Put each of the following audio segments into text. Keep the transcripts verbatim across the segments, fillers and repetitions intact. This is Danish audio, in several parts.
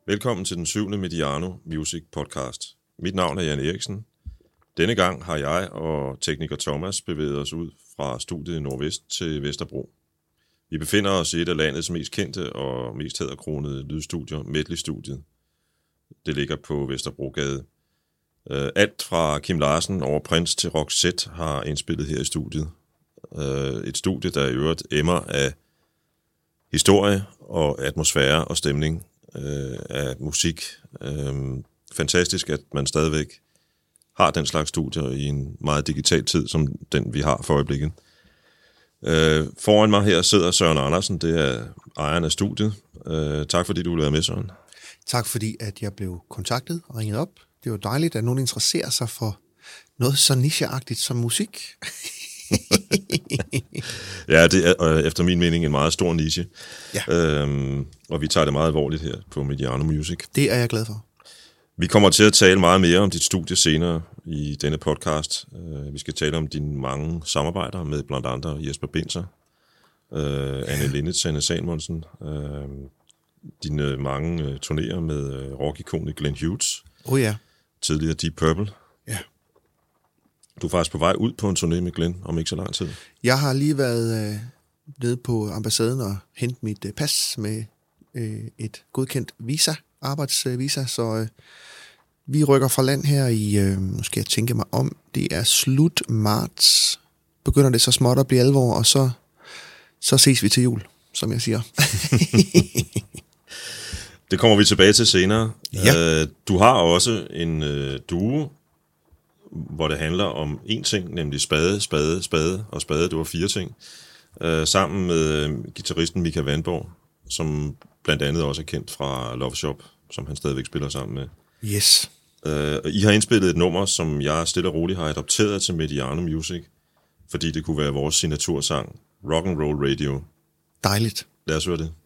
Velkommen til den syvende Mediano Music Podcast. Mit navn er Jan Eriksen. Denne gang har jeg og tekniker Thomas bevæget os ud fra studiet i Nordvest til Vesterbro. Vi befinder os i et af landets mest kendte og mest hæderkronede lydstudier, Medley-studiet. Det ligger på Vesterbrogade. Alt fra Kim Larsen over Prince til Roxette har indspillet her i studiet. Et studie, der i øvrigt emmer af historie og atmosfære og stemning af musik. Fantastisk, at man stadigvæk har den slags studier i en meget digital tid, som den vi har for øjeblikket. Foran mig her sidder Søren Andersen, det er ejeren af studiet. Tak fordi du ville være med, Søren. Tak fordi, at jeg blev kontaktet og ringet op. Det er jo dejligt, at nogen interesserer sig for noget så nicheagtigt som musik. Ja, det er efter min mening en meget stor niche. Ja. Øhm, og vi tager det meget alvorligt her på Mediano Music. Det er jeg glad for. Vi kommer til at tale meget mere om dit studie senere i denne podcast. Uh, vi skal tale om dine mange samarbejder med blandt andre Jesper Binzer, uh, Anne Linnet, Anne Salmonsen, uh, dine mange uh, turnéer med uh, rock-ikonet Glenn Hughes. Oh ja. Tidligere Deep Purple. Ja. Du er faktisk på vej ud på en turné med Glenn om ikke så lang tid. Jeg har lige været øh, nede på ambassaden og hentet mit øh, pas med øh, et godkendt visa, arbejdsvisa, så øh, vi rykker fra land her i, øh, nu skal jeg tænke mig om, det er slut marts, begynder det så småt at blive alvor, og så, så ses vi til jul, som jeg siger. Det kommer vi tilbage til senere. Ja. Uh, du har også en uh, duo, hvor det handler om én ting, nemlig spade, spade, spade og spade. Det var fire ting. Uh, sammen med uh, guitaristen Mika Vandborg, som blandt andet også er kendt fra Love Shop, som han stadigvæk spiller sammen med. Yes. Uh, I har indspillet et nummer, som jeg stille og roligt har adopteret til Mediano Music, fordi det kunne være vores signatursang, Rock and Roll Radio. Dejligt. Lad os høre det.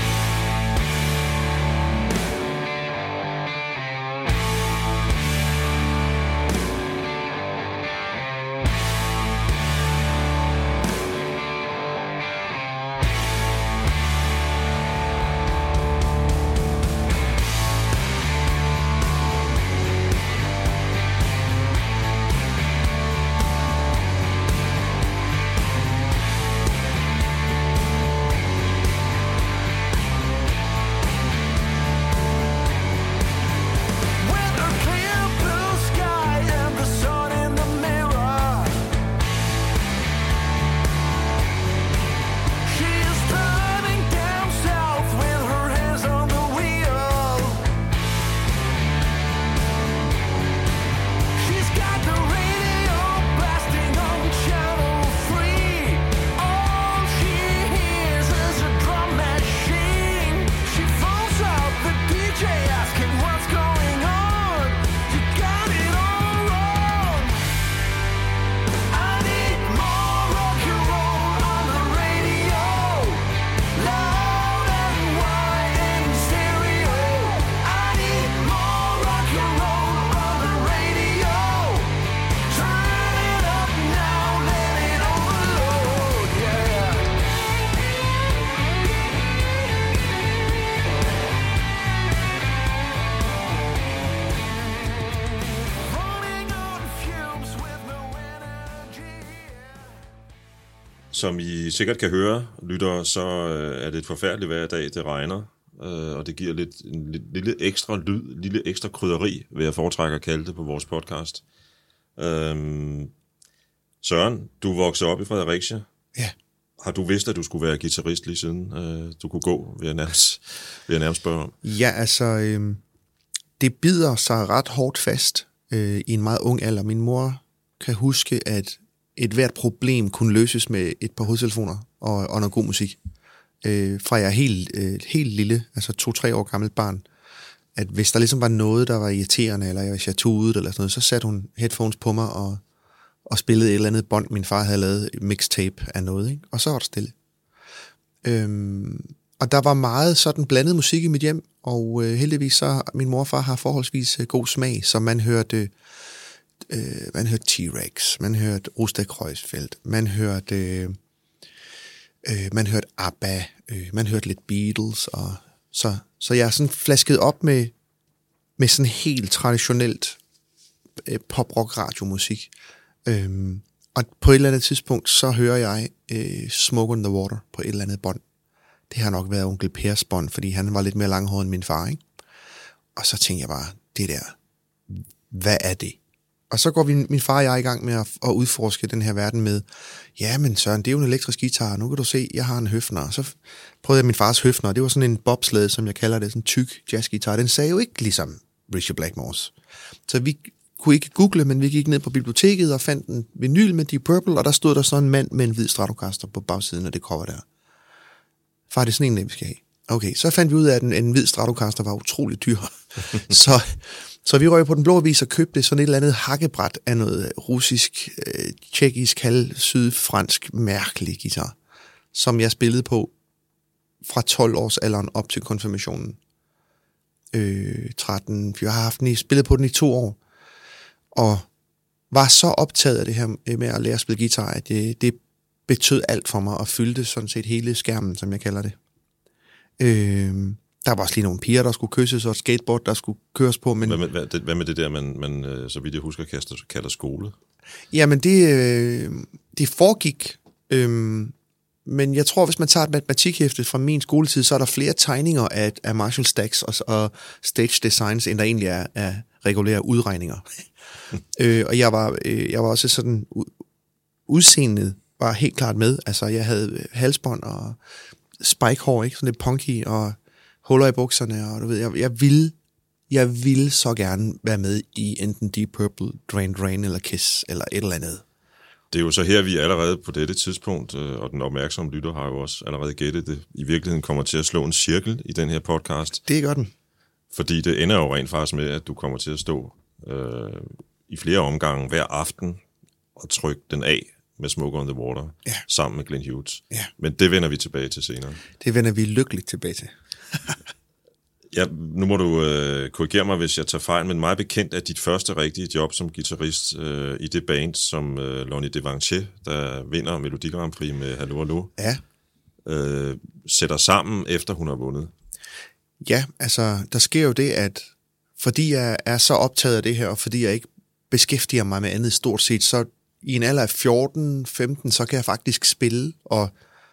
Som I sikkert kan høre, lyttere, så er det et forfærdeligt hver dag, det regner, og det giver lidt en lille ekstra lyd, en lille ekstra krydderi, vil jeg foretrække at kalde det på vores podcast. Øhm, Søren, du voksede op i Fredericia. Ja. Har du vidst, at du skulle være guitarist lige siden øh, du kunne gå, vil jeg nærmest, vil jeg nærmest spørge om? Ja, altså, øh, det bider sig ret hårdt fast øh, i en meget ung alder. Min mor kan huske, at et hvert problem kunne løses med et par hovedtelefoner og, og noget god musik. Øh, fra jeg er helt, øh, helt lille, altså to-tre år gammelt barn, at hvis der ligesom var noget, der var irriterende, eller hvis jeg tudede eller sådan noget, så satte hun headphones på mig og, og spillede et eller andet bånd, min far havde lavet mixtape af noget, ikke? Og så var der stille. Øhm, og der var meget sådan blandet musik i mit hjem, og øh, heldigvis så, min mor og far har forholdsvis øh, god smag, så man hørte... Øh, man hørte T-Rex, man hørte Osterkreuzfeldt, man hørte øh, øh, man hørte ABBA, øh, man hørte lidt Beatles, og så Så jeg er sådan flasket op med, med sådan helt traditionelt øh, pop-rock-radiomusik. Øhm, og på et eller andet tidspunkt, så hører jeg øh, Smoke on the Water på et eller andet bånd. Det har nok været onkel Pers bånd, fordi han var lidt mere langhåret end min far, ikke? Og så tænkte jeg bare, det der, hvad er det? Og så går vi, min far og jeg i gang med at, at udforske den her verden med, ja, men Søren, det er jo en elektrisk guitar, nu kan du se, jeg har en Høfner. Så prøvede jeg min fars Høfner, det var sådan en bobslede, som jeg kalder det, sådan en tyk jazzguitar. Den sagde jo ikke ligesom Richard Blackmores. Så vi kunne ikke google, men vi gik ned på biblioteket og fandt en vinyl med Deep Purple, og der stod der sådan en mand med en hvid Stratocaster på bagsiden af det cover der. Far, det er sådan en, vi skal have. Okay, så fandt vi ud af, at en, en hvid Stratocaster var utrolig dyr. så, så vi røg på den blå avis og købte sådan et eller andet hakkebræt af noget russisk, øh, tjekkisk, halv sydfransk, mærkelig guitar, som jeg spillede på fra tolv års alderen op til konfirmationen. Øh, tretten, jeg har haft den i, spillet på den i to år, og var så optaget af det her med at lære at spille guitar, at det, det betød alt for mig, og fyldte sådan set hele skærmen, som jeg kalder det. Øh, der var også lige nogle piger, der skulle kysses, og et skateboard, der skulle køres på. Men... Hvad, med, hvad, det, hvad med det der, man, man så vidt jeg husker, kalder, kalder skole? Jamen, det, øh, det foregik, øh, men jeg tror, hvis man tager et matematikhæfte fra min skoletid, så er der flere tegninger af, af Marshall Stacks og, og stage designs, end der egentlig er af regulære udregninger. øh, og jeg var, øh, jeg var også sådan, udseendet var helt klart med. Altså, jeg havde halsbånd og spikehår, ikke? Sådan lidt punky, og huller i bukserne, og du ved, jeg, jeg ville, jeg ville så gerne være med i enten Deep Purple, Duran Duran eller Kiss, eller et eller andet. Det er jo så her, vi allerede på dette tidspunkt, og den opmærksomme lytter har jo også allerede gættet det, i virkeligheden kommer til at slå en cirkel i den her podcast. Det gør den. Fordi det ender jo rent faktisk med, at du kommer til at stå øh, i flere omgange hver aften og trykke den af med Smoke on the Water, ja, sammen med Glenn Hughes. Ja. Men det vender vi tilbage til senere. Det vender vi lykkeligt tilbage til. Ja, nu må du øh, korrigere mig, hvis jeg tager fejl, men meget bekendt er dit første rigtige job som guitarist øh, i det band, som øh, Lonnie Devanché, der vinder Melodi Grand Prix med Hallo Hallo, ja. øh, sætter sammen, efter hun har vundet. Ja, altså, der sker jo det, at fordi jeg er så optaget af det her, og fordi jeg ikke beskæftiger mig med andet stort set, så i en alder af fjorten femten, så kan jeg faktisk spille og,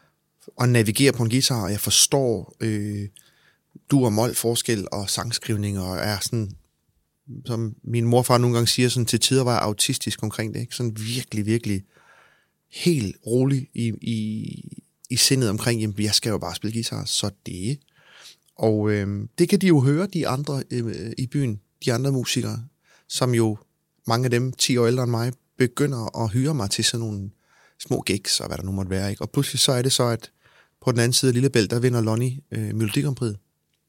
og navigere på en guitar, og jeg forstår øh, dur- og mol-forskel og sangskrivning, og er sådan, som min morfar nogle gange siger, sådan, til tider var jeg autistisk omkring det, ikke? Sådan virkelig, virkelig helt rolig i, i, i sindet omkring, jamen, jeg skal jo bare spille guitar, så det. Og øh, det kan de jo høre, de andre øh, i byen, de andre musikere, som jo, mange af dem, ti år ældre end mig, begynder at hyre mig til sådan nogle små gigs, og hvad der nu måtte være, ikke? Og pludselig så er det så, at på den anden side af Lillebælt, der vinder Lonnie øh, Melodi Grand Prix.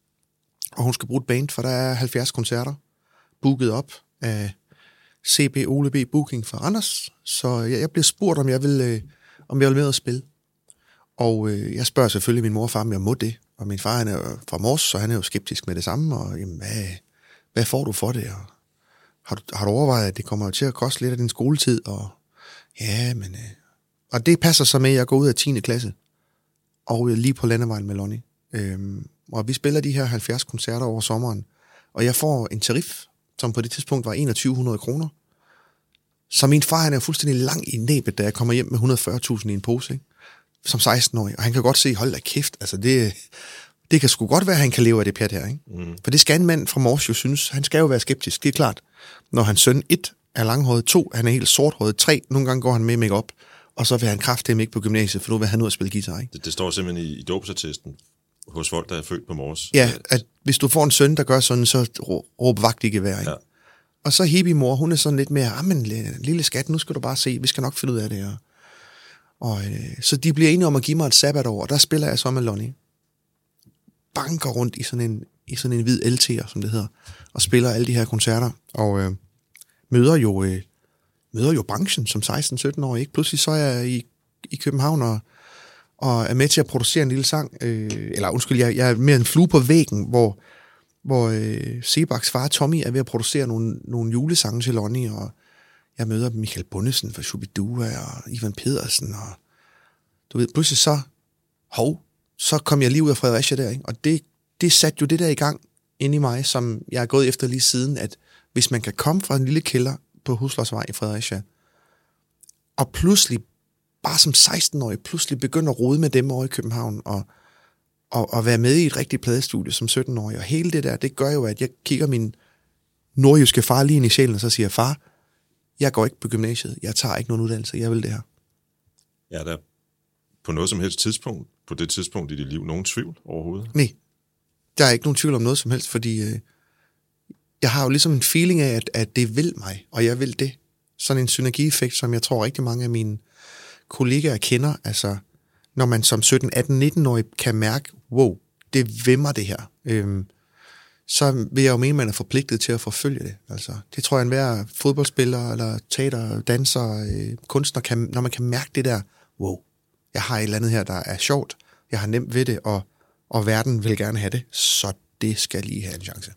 Og hun skal bruge et band, for der er halvfjerds koncerter booket op af C B Ole B Booking fra Randers. Så jeg, jeg bliver spurgt, om jeg vil, øh, om jeg vil med at spille. Og øh, jeg spørger selvfølgelig min mor og far, om jeg må det. Og min far, han er jo fra Mors, så han er jo skeptisk med det samme. Og jamen, hvad, hvad får du for det? Og har du, har du overvejet, at det kommer jo til at koste lidt af din skoletid? Og ja, men... Øh, og det passer så med, at jeg går ud af tiende klasse. Og lige på landevejen med Lonnie. Øhm, og vi spiller de her halvfjerds koncerter over sommeren. Og jeg får en tarif, som på det tidspunkt var enogtyve hundrede kroner. Så min far, han er fuldstændig lang i næbet, da jeg kommer hjem med et hundrede og fyrre tusind i en pose, ikke? Som seksten-årig. Og han kan godt se, hold da kæft, altså det, det kan sgu godt være, at han kan leve af det pjat her, ikke? Mm. For det skal en mand fra Mors jo synes, han skal jo være skeptisk, det er klart. Når hans søn, et, er langhåret, to, han er helt sorthåret, tre, nogle gange går han med make-up, og så vil han kraftedeme ikke på gymnasiet, for nu vil han ud og spille guitar, ikke? Det, det står simpelthen i, i dåbsattesten hos folk, der er født på Mors. Ja, at hvis du får en søn, der gør sådan, så råb vagt i gevær, ikke? Ja. Og så hippie-mor, hun er sådan lidt mere, ah, men lille skat, nu skal du bare se, vi skal nok finde ud af det her. Og, øh, så de bliver enige om at give mig et sabbatår, og der spiller jeg så med Lonnie. Banker rundt i sådan en, i sådan en hvid L T'er, som det hedder, og spiller alle de her koncerter, og øh, møder jo øh, møder jo branchen som seksten sytten år, ikke? Pludselig så er jeg i, i København, og, og er med til at producere en lille sang, øh, eller undskyld, jeg, jeg er mere en flue på væggen, hvor, hvor øh, Sebaks far Tommy er ved at producere nogle, nogle julesange til Lonnie, og jeg møder Michael Bundesen fra Shubidua og Ivan Pedersen, og du ved, pludselig så, hov, så kom jeg lige ud af Fredericia der, ikke? Og det det satte jo det der i gang inde i mig, som jeg er gået efter lige siden, at hvis man kan komme fra en lille kælder på Huslåsvej i Fredericia, og pludselig, bare som seksten-årig, pludselig begynde at rode med dem over i København, og, og, og være med i et rigtigt pladestudie som sytten-årig, og hele det der, det gør jo, at jeg kigger min nordjyske far lige ind i sjælen, og så siger, far, jeg går ikke på gymnasiet, jeg tager ikke nogen uddannelse, jeg vil det her. Ja, der på noget som helst tidspunkt, på det tidspunkt i dit liv, nogen tvivl overhovedet? Nej, der er ikke nogen tvivl om noget som helst, fordi øh, jeg har jo ligesom en feeling af, at, at det vil mig, og jeg vil det. Sådan en synergieffekt, som jeg tror rigtig mange af mine kollegaer kender, altså når man som sytten, atten, nitten-årig kan mærke, wow, det vimmer det her, øhm, så vil jeg jo mene, at man er forpligtet til at forfølge det. Altså, det tror jeg, enhver fodboldspiller, eller teater, danser, øh, kunstner, kan, når man kan mærke det der, wow, jeg har et eller andet her, der er sjovt, jeg har nemt ved det, og, og verden vil gerne have det, så det skal lige have en chance.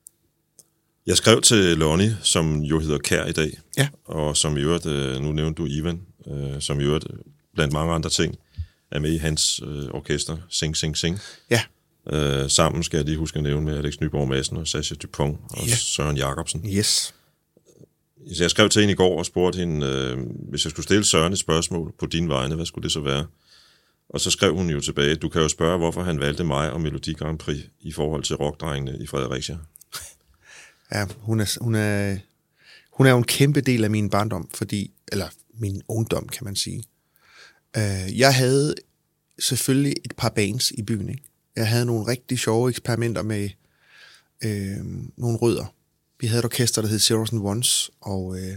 Jeg skrev til Lonnie, som jo hedder Kær i dag, ja. og som i øvrigt, nu nævnte du Ivan, som i øvrigt blandt mange andre ting, er med i hans øh, orkester, Sing Sing Sing. Ja. Øh, sammen skal jeg lige huske at nævne med Alex Nyborg Madsen og Sascha Dupont og ja. Søren Jacobsen. Yes. Så jeg skrev til hende i går og spurgte hende, øh, hvis jeg skulle stille Søren et spørgsmål på dine vegne, hvad skulle det så være? Og så skrev hun jo tilbage, du kan jo spørge, hvorfor han valgte mig og Melodi Grand Prix i forhold til rockdrengene i Fredericia. Ja, hun er, hun er, hun er jo en kæmpe del af min barndom, fordi, eller min ungdom, kan man sige. Uh, jeg havde selvfølgelig et par bands i byen, ikke? Jeg havde nogle rigtig sjove eksperimenter med øh, nogle rødder. Vi havde et orkester, der hed Zeros and Ones, og øh,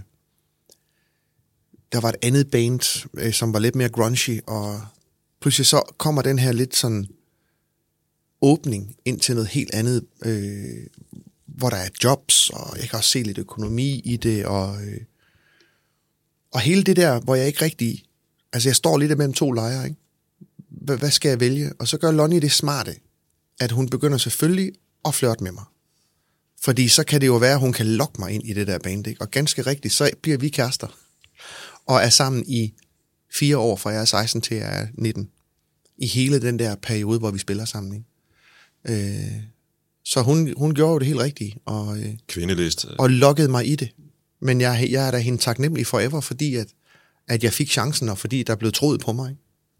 der var et andet band, øh, som var lidt mere grungy, og pludselig så kommer den her lidt sådan åbning ind til noget helt andet, øh, hvor der er jobs, og jeg kan også se lidt økonomi i det, og, øh, og hele det der, hvor jeg ikke rigtig, altså jeg står lidt mellem to lejre, ikke? Hvad skal jeg vælge? Og så gør Lonnie det smarte, at hun begynder selvfølgelig at flirte med mig. Fordi så kan det jo være, at hun kan lokke mig ind i det der band, ikke? Og ganske rigtigt, så bliver vi kærester. Og er sammen i fire år, fra jeg er seksten til jeg er nitten. I hele den der periode, hvor vi spiller sammen, ikke? Øh, så hun, hun gjorde jo det helt rigtigt. Og, øh, Kvindelist. Og lokkede mig i det. Men jeg, jeg er da hende taknemmelig forever, fordi at, at jeg fik chancen, og fordi der blev troet på mig, ikke?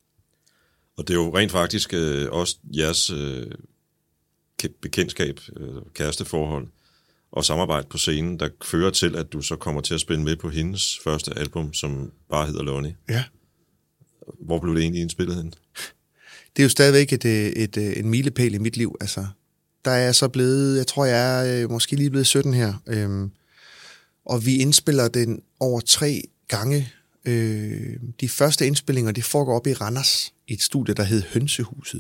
Og det er jo rent faktisk øh, også jeres øh, bekendtskab, øh, kæresteforhold og samarbejde på scenen, der fører til, at du så kommer til at spille med på hendes første album, som bare hedder Lonnie. Ja. Hvor blev det egentlig indspillet hen? Det er jo stadigvæk et, et, et, en milepæl i mit liv. Altså, der er jeg så blevet, jeg tror, jeg er måske lige blevet sytten her. Øhm, og vi indspiller den over tre gange. Øh, de første indspillinger, de foregår op i Randers, i et studie, der hed Hønsehuset.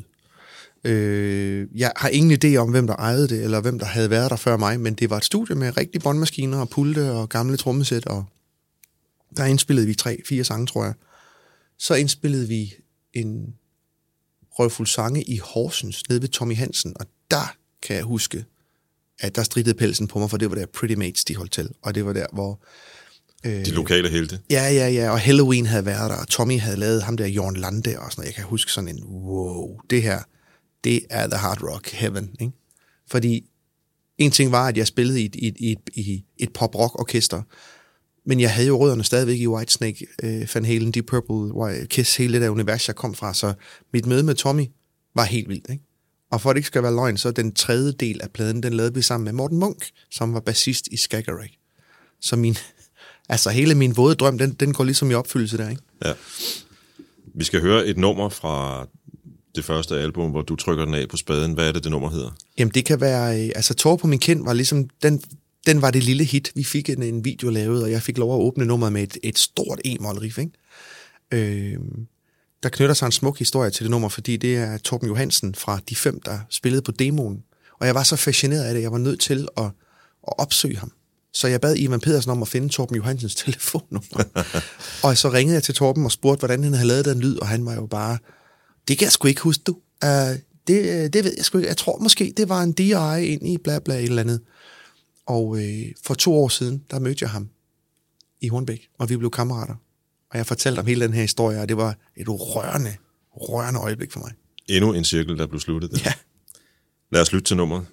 Øh, jeg har ingen idé om, hvem der ejede det, eller hvem der havde været der før mig, men det var et studie med rigtige båndmaskiner og pulte og gamle trommesæt, og der indspillede vi tre, fire sange, tror jeg. Så indspillede vi en røvfuld sange i Horsens, nede ved Tommy Hansen, og der kan jeg huske, at der strittede pelsen på mig, for det var der Pretty Mates, de holdt til, og det var der, hvor de lokale helte. Ja, ja, ja, og Halloween havde været der, og Tommy havde lavet ham der Jørgen Lande, og sådan noget. Jeg kan huske sådan en, wow, det her, det er the hard rock heaven, ikke? Fordi en ting var, at jeg spillede i et, i et, i et, i et pop-rock-orkester, men jeg havde jo rødderne stadigvæk i Whitesnake, øh, Van Halen, Deep Purple, Kiss, hele det der univers, jeg kom fra, så mit møde med Tommy var helt vildt, ikke? Og for at det ikke skal være løgn, så den tredje del af pladen, den lavede vi sammen med Morten Munk, som var bassist i Skagerrak. Så min... Altså, hele min våde drøm, den, den går ligesom i opfyldelse der, ikke? Ja. Vi skal høre et nummer fra det første album, hvor du trykker den af på spaden. Hvad er det, det nummer hedder? Jamen, det kan være... Altså, Tår på min kind var ligesom... Den, den var det lille hit. Vi fik en, en video lavet, og jeg fik lov at åbne nummeret med et, et stort e-moll-riff, ikke? Øh, der knytter sig en smuk historie til det nummer, fordi det er Torben Johansen fra De Fem, der spillede på demoen. Og jeg var så fascineret af det, jeg var nødt til at, at opsøge ham. Så jeg bad Ivan Pedersen om at finde Torben Johansens telefonnummer. Og så ringede jeg til Torben og spurgte, hvordan han havde lavet den lyd, og han var jo bare, det kan jeg sgu ikke huske, du. Uh, det, det ved jeg sgu ikke. Jeg tror måske, det var en D I ind i bla bla et eller andet. Og øh, for to år siden, der mødte jeg ham i Hornbæk, og vi blev kammerater. Og jeg fortalte om hele den her historie, og det var et rørende, rørende øjeblik for mig. Endnu en cirkel, der blev sluttet der. Ja. Lad os lytte til nummeret.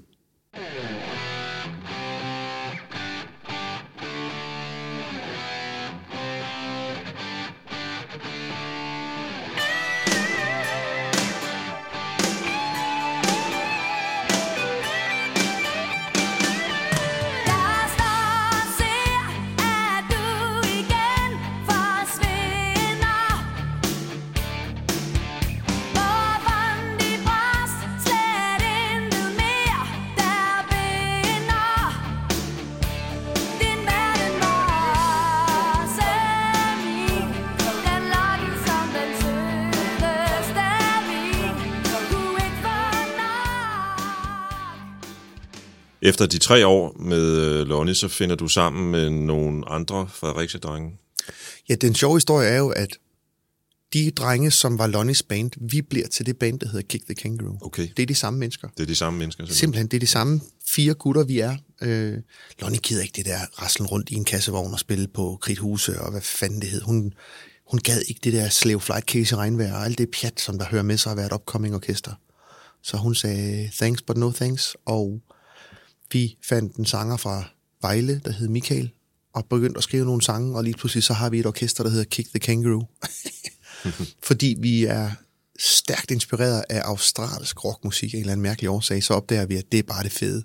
Efter de tre år med Lonnie, så finder du sammen med nogle andre Fredericia-drenge. Ja, den sjove historie er jo, at de drenge, som var Lonnies band, vi bliver til det band, der hedder Kick the Kangaroo. Okay. Det er de samme mennesker. Det er de samme mennesker. Simpelthen, simpelthen det er de samme fire gutter, vi er. Øh, Lonnie gider ikke det der raslen rundt i en kassevogn og spille på Kridthuse og hvad fanden det hed. Hun, hun gad ikke det der Slave Flight Case i regnvejr og alt det pjat, som der hører med sig at være et upcoming orkester. Så hun sagde, thanks but no thanks, og vi fandt en sanger fra Vejle, der hed Michael, og begyndte at skrive nogle sange, og lige pludselig så har vi et orkester, der hedder Kick the Kangaroo. Fordi vi er stærkt inspireret af australsk rockmusik af en eller anden mærkelig årsag, så opdager vi, at det er bare det fede.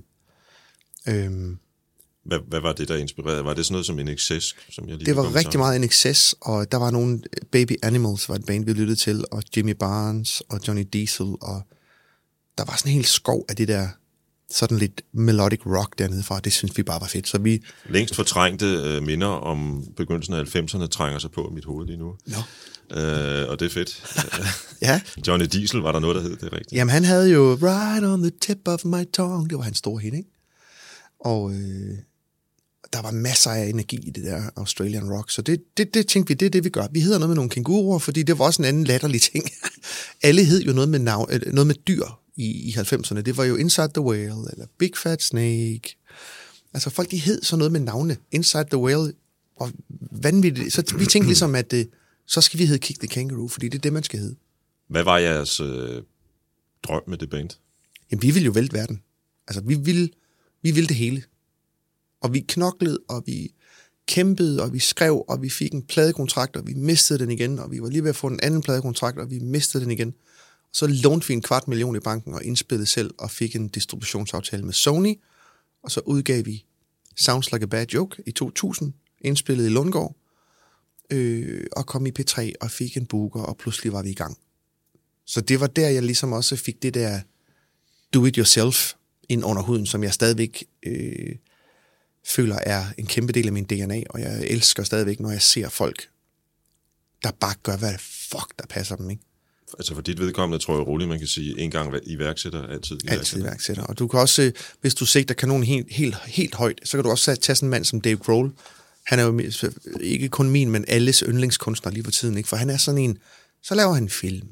Øhm, hvad, hvad var det, der inspirerede? Var det sådan noget som N X S? Som jeg lige det var rigtig sammen? meget N X S, og der var nogle Baby Animals, var et band, vi lyttede til, og Jimmy Barnes og Johnny Diesel, og der var sådan en hel skov af det der sådan lidt melodic rock dernede fra. Det synes vi bare var fedt. Så vi længst fortrængte øh, minder om begyndelsen af halvfemserne trænger sig på mit hoved lige nu. No. Øh, og det er fedt. Ja. Johnny Diesel var der noget, der hed det rigtigt. Jamen han havde jo Right on the tip of my tongue. Det var hans store hit, ikke? Og øh, der var masser af energi i det der Australian rock. Så det, det, det tænkte vi, det er det, vi gør. Vi hedder noget med nogle kænguruer, fordi det var også en anden latterlig ting. Alle hed jo noget med, navn, noget med dyr i, i halvfemserne. Det var jo Inside the Whale, eller Big Fat Snake. Altså folk, de hed sådan noget med navne. Inside the Whale, og vanvittigt. Så vi tænkte ligesom, at det, så skal vi hedde Kick the Kangaroo, fordi det er det, man skal hedde. Hvad var jeres øh, drøm med det band? Jamen, vi ville jo vælte verden. Altså, vi ville, vi ville det hele. Og vi knoklede, og vi kæmpede, og vi skrev, og vi fik en pladekontrakt, og vi mistede den igen, og vi var lige ved at få en anden pladekontrakt, og vi mistede den igen. Så lånte vi en kvart million i banken, og indspillede selv, og fik en distributionsaftale med Sony, og så udgav vi Sounds Like a Bad Joke i to tusind, indspillet i Lundgård, øh, og kom i P tre, og fik en booker, og pludselig var vi i gang. Så det var der, jeg ligesom også fik det der do-it-yourself ind under huden, som jeg stadigvæk øh, føler er en kæmpe del af min D N A, og jeg elsker stadigvæk, når jeg ser folk, der bare gør, hvad fuck, der passer dem, ikke? Altså for dit vedkommende, tror jeg roligt, man kan sige, en gang iværksætter, altid iværksætter. Altid iværksætter. Og du kan også, hvis du sigter kanonen helt, helt, helt højt, så kan du også tage sådan en mand som Dave Grohl. Han er jo ikke kun min, men alles yndlingskunstner lige for tiden, ikke? For han er sådan en, så laver han en film.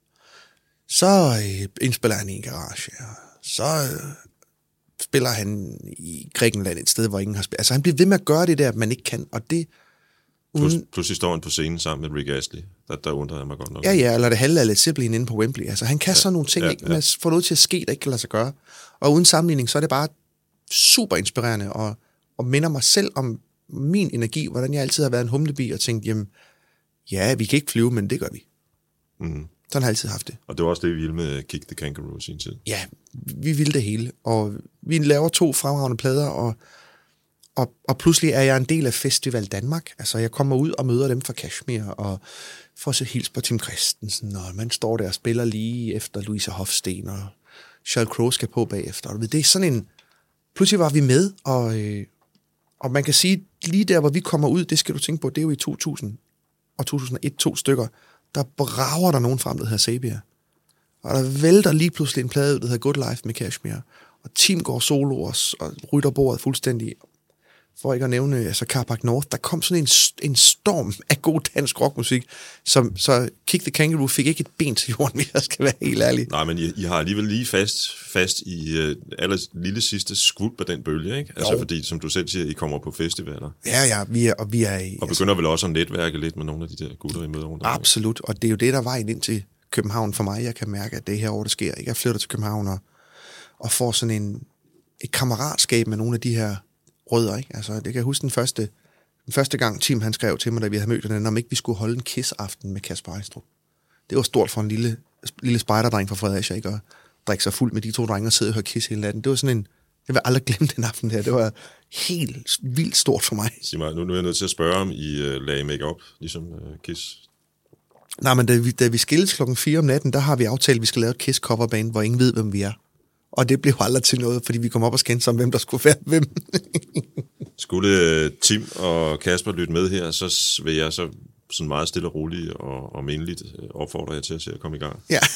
Så øh, indspiller han i en garage. Så øh, spiller han i Grækenland et sted, hvor ingen har spillet. Altså han bliver ved med at gøre det der, man ikke kan, og det Plus, pludselig står han på scenen sammen med Rick Astley. Der, der undrer jeg mig godt nok. Ja, ja, eller det halve af Led Zeppelin inde på Wembley. Altså, han kan ja, sådan nogle ting, ja, ikke? Ja. Man får noget til at ske, der ikke kan lade sig gøre. Og uden sammenligning, så er det bare super inspirerende, og, og minder mig selv om min energi, hvordan jeg altid har været en humlebi, og tænkt, jamen, ja, vi kan ikke flyve, men det gør vi. Mm. Sådan har jeg altid haft det. Og det var også det, vi ville med Kick the Kangaroo i sin tid. Ja, vi ville det hele. Og vi laver to fremragende plader, og Og, og pludselig er jeg en del af Festival Danmark. Altså, jeg kommer ud og møder dem fra Kashmir, og får så hils på Tim Christensen, og man står der og spiller lige efter Louise Hofsten, og Sheryl Crow skal på bagefter. Og det er sådan en... Pludselig var vi med, og, øh, og man kan sige, lige der, hvor vi kommer ud, det skal du tænke på, det er jo i to tusind og to tusind og et, to stykker, der brager der nogen frem, der hedder Sabia. Og der vælter lige pludselig en plade ud, der hedder Good Life med Kashmir. Og Tim går solo og, og rytter bordet fuldstændig. For ikke at nævne altså Carpac North, der kom sådan en, en storm af god dansk rockmusik, som, så Kick the Kangaroo fik ikke et ben til jorden, hvis jeg skal være helt ærlig. Nej, men I, I har alligevel lige fast, fast i uh, aller lille sidste skvuld på den bølge, ikke? Altså jo. Fordi, som du selv siger, I kommer på festivaler. Ja, ja, vi er, og vi er... Og begynder altså, vel også at netværke lidt med nogle af de der gutter, I møder rundt. Absolut, og det er jo det, der var ind til København for mig. Jeg kan mærke, at det her år, der sker, ikke? Jeg flytter til København, og, og får sådan en, et kammeratskab med nogle af de her rødder, ikke? Altså, det kan jeg huske den første, den første gang, Tim han skrev til mig, da vi havde mødt hinanden, om ikke vi skulle holde en kiss-aften med Kasper Ejstrup. Det var stort for en lille, lille spejderdreng fra Fredericia, ikke? Og drikke sig fuld med de to drenge og sidde og høre Kiss hele natten. Det var sådan en, jeg vil aldrig glemme den aften her. Det var helt vildt stort for mig. Sig mig, nu, nu er jeg nødt til at spørge, om I uh, lagde make-up, ligesom uh, Kiss? Nej, men da vi, da vi skilles klokken fire om natten, der har vi aftalt, at vi skal lave et Kiss coverband, hvor ingen ved, hvem vi er. Og det blev aldrig til noget, fordi vi kom op og skændte om, hvem der skulle være hvem. Skulle uh, Tim og Kasper lytte med her, så vil jeg så sådan meget stille og roligt og, og menligt opfordre jer til at se at komme i gang. Ja.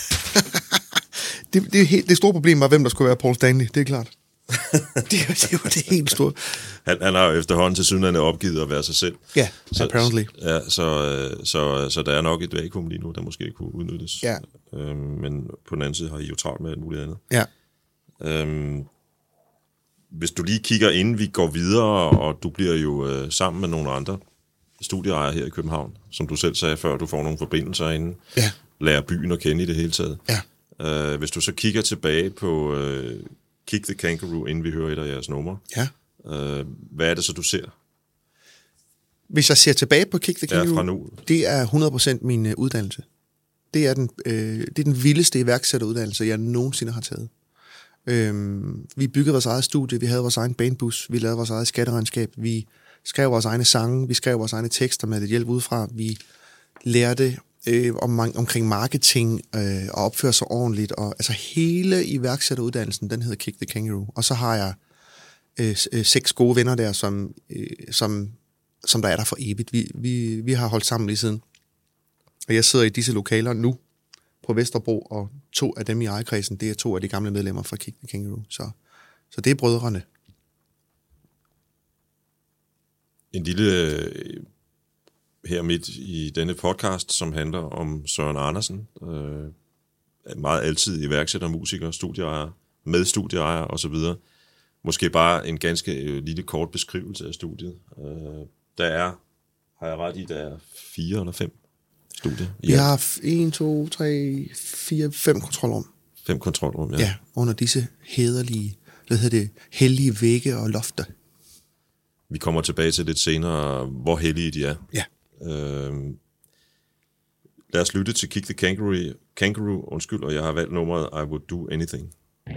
det, det, helt, det store problem var, hvem der skulle være Paul Stanley, det er klart. det, det var det helt store. Han, han har jo efterhånden til synligheden opgivet at være sig selv. Ja, så, apparently. Ja, så, så, så, så der er nok et vakuum lige nu, der måske kunne udnyttes. Ja. Øhm, men på den anden side har I jo travlt med alt muligt andet. Ja. Øhm, hvis du lige kigger, inden vi går videre, og du bliver jo øh, sammen med nogle andre studieejere her i København, som du selv sagde før, du får nogle forbindelser inden, ja. lærer byen at kende i det hele taget. Ja. Øh, hvis du så kigger tilbage på øh, Kick the Kangaroo, inden vi hører et af jeres numre, ja. øh, hvad er det så, du ser? Hvis jeg ser tilbage på Kick the Kangaroo, ja, fra nu. Det er hundrede procent min uh, uddannelse. Det er, den, øh, det er den vildeste iværksætteruddannelse, jeg nogensinde har taget. Øhm, vi byggede vores eget studie, vi havde vores egen bandbus, vi lavede vores eget skatteregnskab, vi skrev vores egne sange, vi skrev vores egne tekster med lidt hjælp udefra, vi lærte øh, om, omkring marketing øh, og opføre sig ordentligt, og altså hele iværksætteruddannelsen, den hedder Kick the Kangaroo. Og så har jeg øh, øh, seks gode venner der, som, øh, som, som der er der for evigt. Vi, vi, vi har holdt sammen lige siden. Og jeg sidder i disse lokaler nu på Vesterbro, og to af dem i ejerkredsen, det er to af de gamle medlemmer fra Kick the Kangaroo. Så, så det er brødrene. En lille her midt i denne podcast, som handler om Søren Andersen. Øh, meget altid iværksætter, musiker, studieejer, medstudieejer osv. Måske bare en ganske øh, lille kort beskrivelse af studiet. Øh, der er, har jeg ret i, der er fire eller fem studier? Vi har en, to, tre, fire, fem kontrolrum. Fem kontrolrum, ja. Ja, under disse hæderlige, hvad hedder det, hellige vægge og lofter. Vi kommer tilbage til lidt senere, hvor hellige de er. Ja. Øh, lad os lytte til Kick the Kangaroo, Kangaroo, undskyld, og jeg har valgt nummeret I Would Do Anything.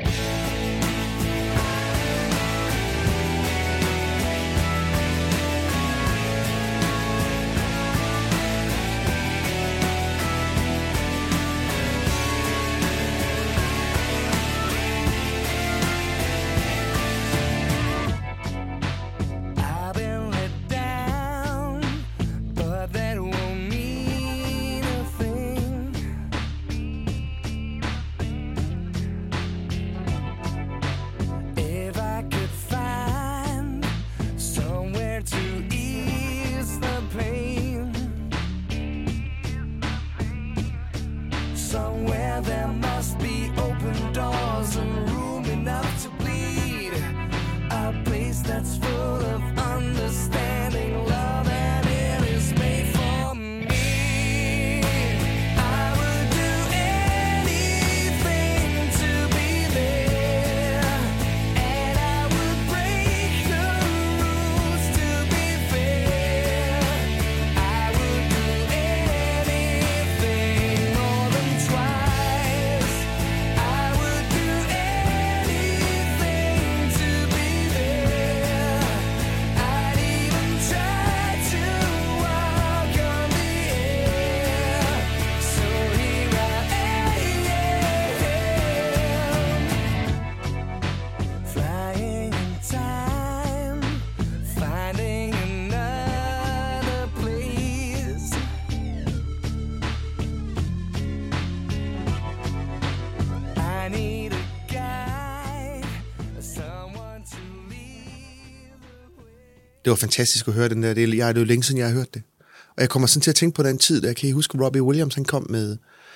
Det var fantastisk at høre den der. Det er, jeg er det jo længe siden, jeg har hørt det. Og jeg kommer sådan til at tænke på den tid, der kan I huske, Robbie Williams, han kom med,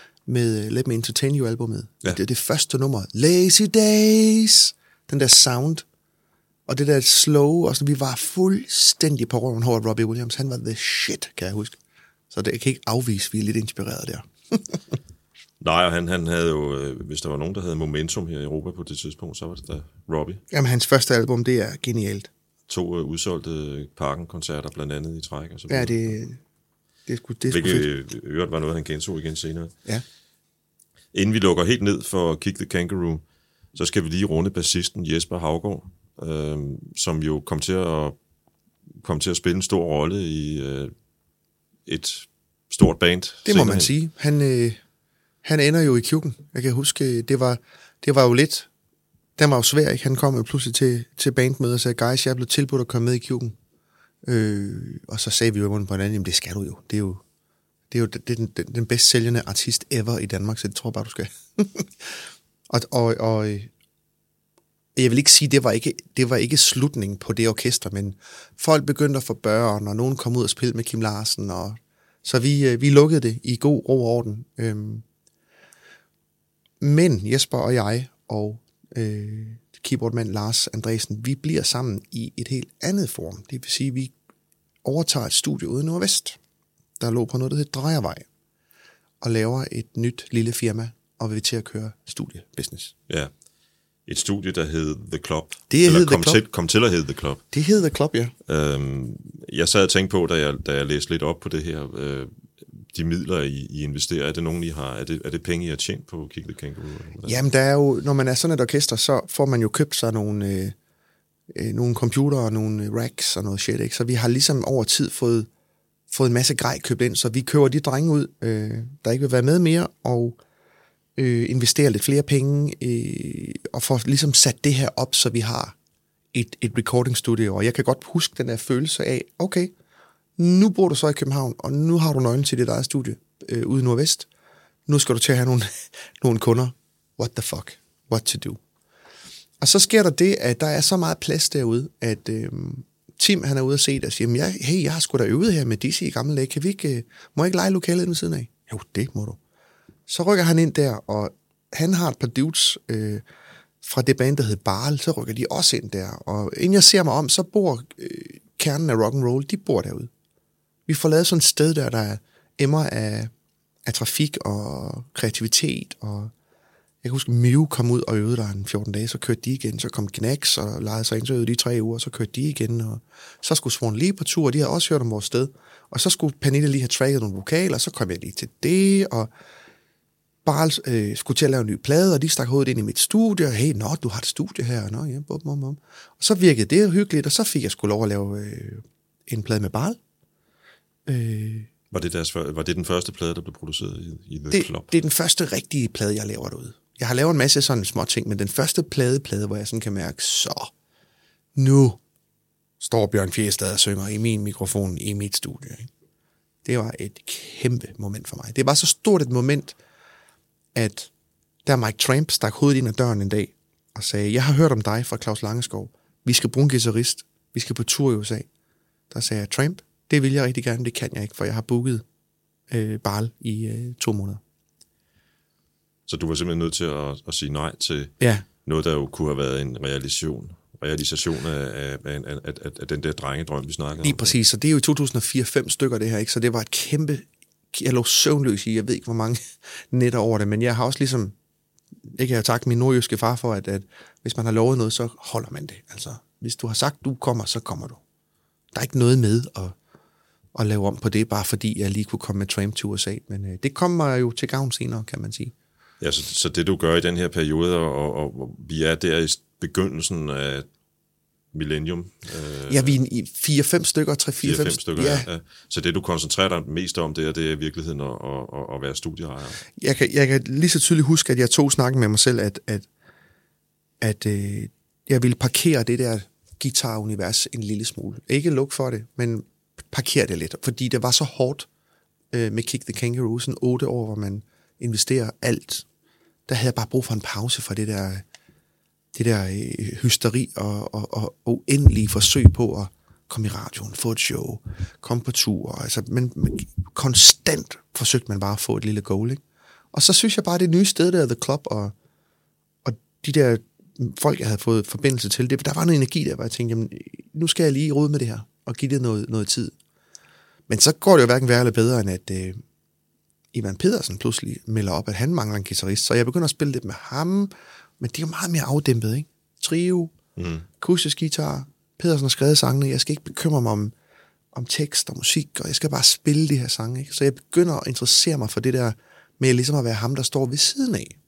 med Let Me Entertain You-albumet. Ja. Det er det første nummer. Lazy Days. Den der sound. Og det der slow. Og sådan, vi var fuldstændig på røven over Robbie Williams. Han var the shit, kan jeg huske. Så det, jeg kan ikke afvise, vi er lidt inspireret der. Nej, og han, han havde jo, øh, hvis der var nogen, der havde momentum her i Europa på det tidspunkt, så var det da Robbie. Jamen, hans første album, det er genialt. To øh, udsolgte Parken-koncerter, blandt andet i træk. Og så ja, det, det er sgu, det er sgu fedt. Hvilket øvrigt var noget, han gentog igen senere. Ja. Inden vi lukker helt ned for Kick the Kangaroo, så skal vi lige runde bassisten Jesper Haugaard, øh, som jo kom til at kom til at spille en stor rolle i øh, et stort band. Det må senere. man sige. Han, øh, han ender jo i Kjuken. Jeg kan huske, det var, det var jo lidt... Den var jo svær, ikke? Han kom jo pludselig til, til bandmødet og sagde, guys, jeg er blevet tilbudt at komme med i Kjuken. Øh, og så sagde vi jo på hinanden, jamen det skal du jo. Det er jo, det er jo det er den, den, den bedst sælgende artist ever i Danmark, så det tror jeg bare, du skal. og, og, og jeg vil ikke sige, det var ikke, det var ikke slutningen på det orkester, men folk begyndte at få børn, og nogen kom ud og spille med Kim Larsen, og så vi, vi lukkede det i god ro og orden. Øhm, men Jesper og jeg, og øh, keyboardmand Lars Andresen, vi bliver sammen i et helt andet form. Det vil sige, at vi overtager et studie ude i Nordvest, der lå på noget, der hedder Drejervej, og laver et nyt lille firma, og vi er til at køre studiebusiness. Ja, et studie, der hed The Club. Det hed kom The Club. Til, kom til at hedde The Club. Det hed The Club, ja. Øhm, jeg sad og tænkte på, da jeg, da jeg læste lidt op på det her, øh, de midler, I, I investerer, er det nogen, I har? Er det, er det penge, I har tjent på Kick the Kangaroo? Jamen, der er jo, når man er sådan et orkester, så får man jo købt sig nogle, øh, øh, nogle computer og nogle racks og noget shit, ikke? Så vi har ligesom over tid fået, fået en masse grej købt ind, så vi køber de drenge ud, øh, der ikke vil være med mere, og øh, investerer lidt flere penge, øh, og får ligesom sat det her op, så vi har et, et recording studio. Og jeg kan godt huske den der følelse af, okay, nu bor du så i København, og nu har du nøglen til dit eget studie øh, ude i Nordvest. Nu skal du til at have nogle, nogle kunder. What the fuck? What to do? Og så sker der det, at der er så meget plads derude, at øh, Tim, han er ude og se det og siger, jeg, hey, jeg har sgu da øvet her med Dizzy i gamle dage. Kan vi ikke, øh, må jeg ikke lege lokalet ved siden af? Jo, det må du. Så rykker han ind der, og han har et par dudes øh, fra det band, der hedder Barl, så rykker de også ind der. Og inden jeg ser mig om, så bor øh, kernen af rock'n'roll, de bor derude. Vi får lavet sådan et sted der, der emmer af, af trafik og kreativitet, og jeg kan huske, Mew kom ud og øvede der en fjorten dage, så kørte de igen, så kom Knacks og legede sig ind, så øvede de tre uger, så kørte de igen, og så skulle Swan lige på tur, og de havde også hørt om vores sted, og så skulle Pernille lige have tracket nogle vokaler, og så kom jeg lige til det, og bare øh, skulle til at lave en ny plade, og de stak hovedet ind i mit studie, og hey, nå, du har et studie her, nå, ja, bum, bum, bum. Og så virkede det hyggeligt, og så fik jeg sgu lov at lave øh, en plade med Barl. Øh, var, det deres, var det den første plade, der blev produceret i, i The det, Club? Det er den første rigtige plade, jeg laver derude. Jeg har lavet en masse sådan små ting, men den første plade, plade, hvor jeg sådan kan mærke, så nu står Bjørn Fjestad og synger i min mikrofon i mit studie. Ikke? Det var et kæmpe moment for mig. Det var så stort et moment, at der Mike Tramp stak hovedet ind ad døren en dag og sagde, jeg har hørt om dig fra Claus Langeskov. Vi skal bruge en guitarist. Vi skal på tur i U S A. Der sagde jeg, Tramp, det vil jeg rigtig gerne, det kan jeg ikke, for jeg har booket øh, Barl i øh, to måneder. Så du var simpelthen nødt til at, at sige nej til ja. noget, der jo kunne have været en realisation, realisation af, af, af, af, af, af den der drengedrøm, vi snakkede Lige om. præcis, og det er jo i to tusind og fire fem stykker det her, ikke? Så det var et kæmpe, jeg lå søvnløs i, jeg ved ikke hvor mange nætter over det, men jeg har også ligesom, jeg kan jo takke min nordjyske far for, at, at hvis man har lovet noget, så holder man det. Altså, hvis du har sagt, du kommer, så kommer du. Der er ikke noget med at, at lave om på det, bare fordi jeg lige kunne komme med Tramp til U S A, men øh, det kommer jo til gavn senere, kan man sige. Ja, så, så det du gør i den her periode, og, og, og vi er der i begyndelsen af millennium. Øh, ja, vi er i fire fem stykker, tre fire fem stykker. Ja. Ja. Så det du koncentrerer dig mest om, det er, det er i virkeligheden at, at, at være studieejer. Jeg kan, jeg kan lige så tydeligt huske, at jeg tog snakken med mig selv, at, at, at øh, jeg ville parkere det der guitar-univers en lille smule. Ikke lukke for det, men parkere det lidt, fordi det var så hårdt øh, med Kick the Kangaroo, sådan otte år, hvor man investerer alt. Der havde jeg bare brug for en pause fra det der, det der øh, hysteri og, og, og uendelige forsøg på at komme i radioen, få et show, komme på tur. Altså, men, men konstant forsøgte man bare at få et lille goal, ikke? Og så synes jeg bare, det nye sted der, The Club, og, og de der folk, jeg havde fået forbindelse til, det, der var noget energi der, hvor jeg tænkte, jamen, nu skal jeg lige rode med det her, og give det noget, noget tid. Men så går det jo hverken værre eller bedre, end at øh, Ivan Pedersen pludselig melder op, at han mangler en guitarist, så jeg begynder at spille lidt med ham, men det er jo meget mere afdæmpet, ikke? Trio, mm. akustisk guitar, Pedersen har skrevet sangene, jeg skal ikke bekymre mig om, om tekst og musik, og jeg skal bare spille de her sange, ikke? Så jeg begynder at interessere mig for det der, med ligesom at være ham, der står ved siden af.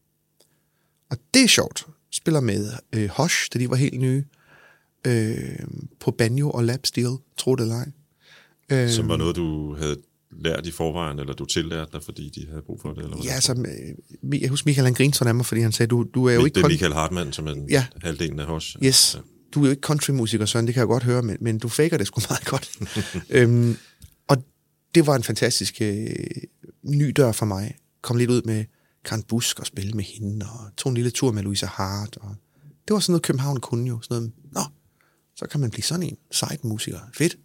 Og det er sjovt. Spiller med øh, Hush, da de var helt nye, øh, på banjo og lap steel, tro det eller ej. Øh, Som var noget, du havde lært i forvejen, eller du tillærte dig, fordi de havde brug for det? Eller ja, altså, øh, jeg husker Michael, han grinede sådan af mig, fordi han sagde, du, du er jo ikke... Det er Michael Hartmann, som er ja. halvdelen af Hush. Yes, ja. Du er jo ikke countrymusiker, sådan, det kan jeg godt høre, men, men du faker det sgu meget godt. øhm, og det var en fantastisk øh, ny dør for mig. Kom lidt ud med Karen Busk og spille med hende, og tog en lille tur med Louisa Hart. Og det var sådan noget, København kunne jo. Sådan noget, nå, så kan man blive sådan en side-musiker. Fedt.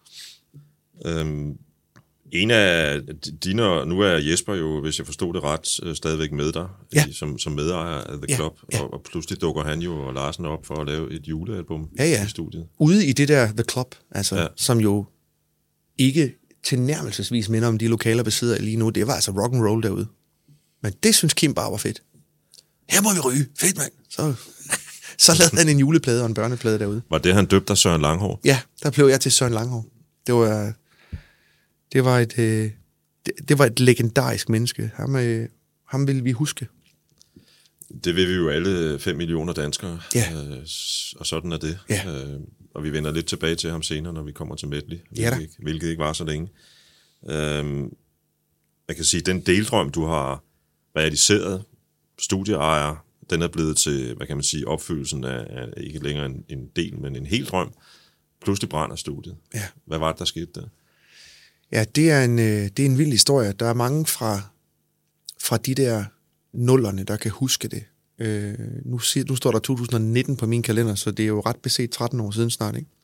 Øhm, en af dine, nu er Jesper jo, hvis jeg forstod det ret, stadigvæk med dig, ja. i, som, som medejer af The ja, Club, ja. Og, og pludselig dukker han jo og Larsen op for at lave et julealbum ja, ja. i studiet. Ude i det der The Club, altså, ja. som jo ikke tilnærmelsesvis minder om de lokaler, vi sidder i lige nu. Det var altså rock and roll derude. Men det synes Kim bare var fedt. Her må vi ryge. Fedt, mand. Så, så lavede han en juleplade og en børneplade derude. Var det, han døbte dig Søren Langhår? Ja, der blev jeg til Søren Langhår. Det var, det var, et, det, det var et legendarisk menneske. Ham, ham vil vi huske. Det vil vi jo alle fem millioner danskere. Ja. Øh, og sådan er det. Ja. Øh, og vi vender lidt tilbage til ham senere, når vi kommer til medley, ja, hvilket, ikke, hvilket ikke var så længe. Øh, man kan sige, den deldrøm, du har realiseret, studieejer, den er blevet til, hvad kan man sige, opfyldelsen af, af ikke længere en, en del, men en hel drøm. Pludselig brænder studiet. Ja. Hvad var det, der skete der? Ja, det er en, det er en vild historie. Der er mange fra, fra de der nullerne, der kan huske det. Øh, nu, nu står der to tusind nitten på min kalender, så det er jo ret beset tretten år siden snart, ikke?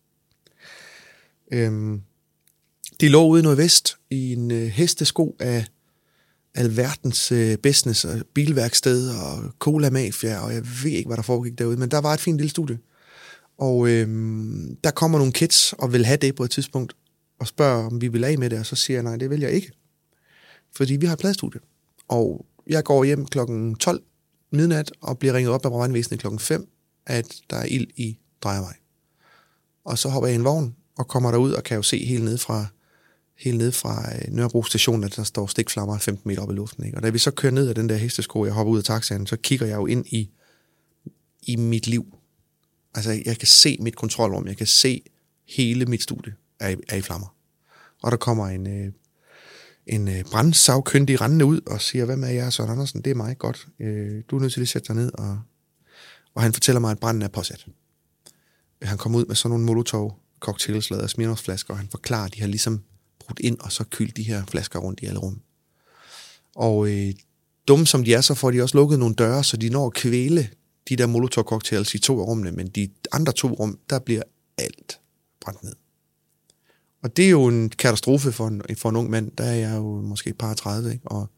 Øhm, de lå ude i Nordvest i en øh, hestesko af alverdens øh, business, og bilværksted og cola-mafia, og jeg ved ikke, hvad der foregik derude, men der var et fint lille studie. Og øh, der kommer nogle kids og vil have det på et tidspunkt, og spørger, om vi vil af med det, og så siger jeg, nej, det vil jeg ikke. Fordi vi har et pladestudie. Og jeg går hjem klokken tolv midnat, og bliver ringet op af brandvæsenet klokken fem, at der er ild i Drejervej. Og så hopper jeg i en vogn, og kommer derud, og kan jo se helt ned fra, helt ned fra Nørrebro station, at der står stikflammer femten meter op i luften. Ikke? Og da vi så kører ned af den der hestesko, jeg hopper ud af taxaen, så kigger jeg jo ind i, i mit liv. Altså, jeg kan se mit kontrolrum, jeg kan se hele mit studie er i, er i flammer. Og der kommer en, øh, en øh, brandsagkyndig rendende ud og siger, hvem er jeg, Søren Andersen? Det er mig, godt. Øh, du er nødt til at sætte dig ned. Og, og han fortæller mig, at branden er påsat. Han kommer ud med sådan nogle molotov cocktails lavet af Smirnoff-flasker, og han forklarer, at de har ligesom brudt ind, og så kyldt de her flasker rundt i alle rum. Og øh, dumme som de er, så får de også lukket nogle døre, så de når at kvæle de der molotov cocktails i to af rummene, men de andre to rum, der bliver alt brændt ned. Og det er jo en katastrofe for en, for en ung mand. Der er jeg jo måske et par tredive, ikke? Og,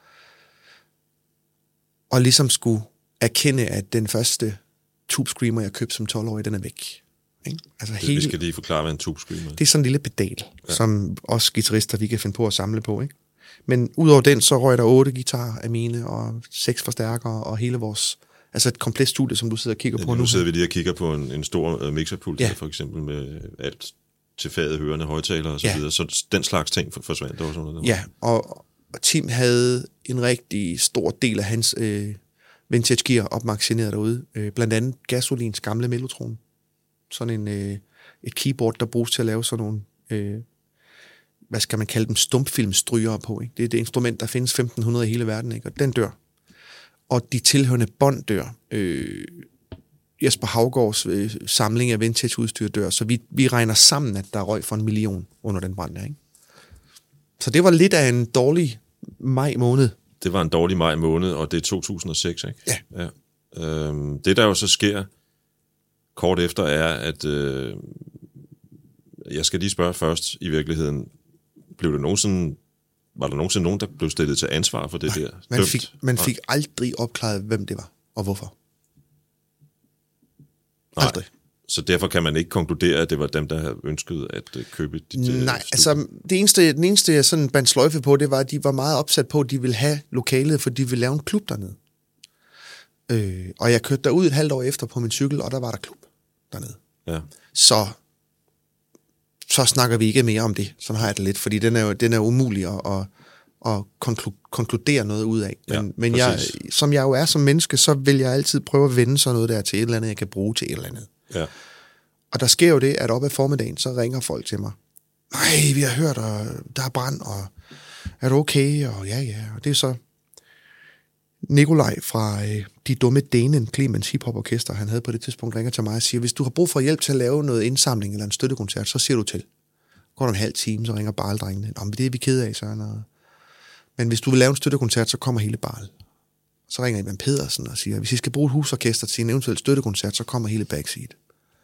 og ligesom skulle erkende, at den første Tube Screamer, jeg købte som tolv-årig, den er væk. Ikke? Altså det, hele, vi skal lige forklare, hvad en Tube Screamer er. Det er sådan en lille pedal, ja. Som os guitarister, vi kan finde på at samle på. Ikke? Men udover den, så røg der otte guitarer af mine, og seks forstærkere, og hele vores... Altså et komplet studie, som du sidder og kigger ja, på nu. Nu sidder vi lige og kigger på en, en stor uh, mixerpult, ja. her, for eksempel med alt til faget, hørende, højtalere og så ja. videre. Så den slags ting forsvandt også under den. Ja, og, og Tim havde en rigtig stor del af hans øh, vintage gear opmagasineret derude. Øh, blandt andet Gasolins gamle Mellotron. Sådan en, øh, et keyboard, der bruges til at lave sådan nogle, øh, hvad skal man kalde dem, stumfilmstrygere på. Ikke? Det er det instrument, der findes femten hundrede i hele verden, ikke? Og den dør. Og de tilhørende bånd dør. Øh, Jesper Havgårds øh, samling af vintage-udstyr dør, så vi, vi regner sammen, at der er røg for en million under den brand der, ikke? Så det var lidt af en dårlig maj måned. Det var en dårlig maj måned, og det er to tusind og seks, ikke? Ja. ja. Øhm, det, der jo så sker kort efter, er, at øh, jeg skal lige spørge først, i virkeligheden, blev det nogensinde, var der nogensinde nogen, der blev stillet til ansvar for det Nej, der? Man Dømt? fik, man fik aldrig opklaret, hvem det var, og hvorfor. Nej. Aldrig. Så derfor kan man ikke konkludere, at det var dem, der havde ønsket at købe dit Nej, studie. altså det eneste, den eneste jeg sådan bandt sløjfe på, det var, at de var meget opsat på, at de ville have lokalet, for de ville lave en klub dernede. Øh, og jeg kørte derud et halvt år efter på min cykel, og der var der klub dernede. Ja. Så, så snakker vi ikke mere om det. Sådan har jeg det lidt, fordi den er jo, den er umulig at, at, at konklu- konkludere noget ud af. Men, Ja, men jeg, som jeg jo er som menneske, så vil jeg altid prøve at vende sådan noget der til et eller andet, jeg kan bruge til et eller andet. Ja. Og der sker jo det, at op ad formiddagen, så ringer folk til mig. Nej, vi har hørt, og der er brand, og er du okay? Og ja, ja. Og det er så Nikolaj fra øh, De Dumme Dænen, Clemens Hip-Hop Orkester, han havde på det tidspunkt ringer til mig og siger, hvis du har brug for hjælp til at lave noget indsamling eller en støttekoncert, så siger du til. Går der en halv time, så ringer Barl-drengene. Nå, men det er vi kede af, Søren. Og... Men hvis du vil lave en støttekoncert, så kommer hele Barl. Så ringer Ivan Pedersen og siger, hvis I skal bruge et husorkester til en eventuel støttekoncert, så kommer hele Backseat.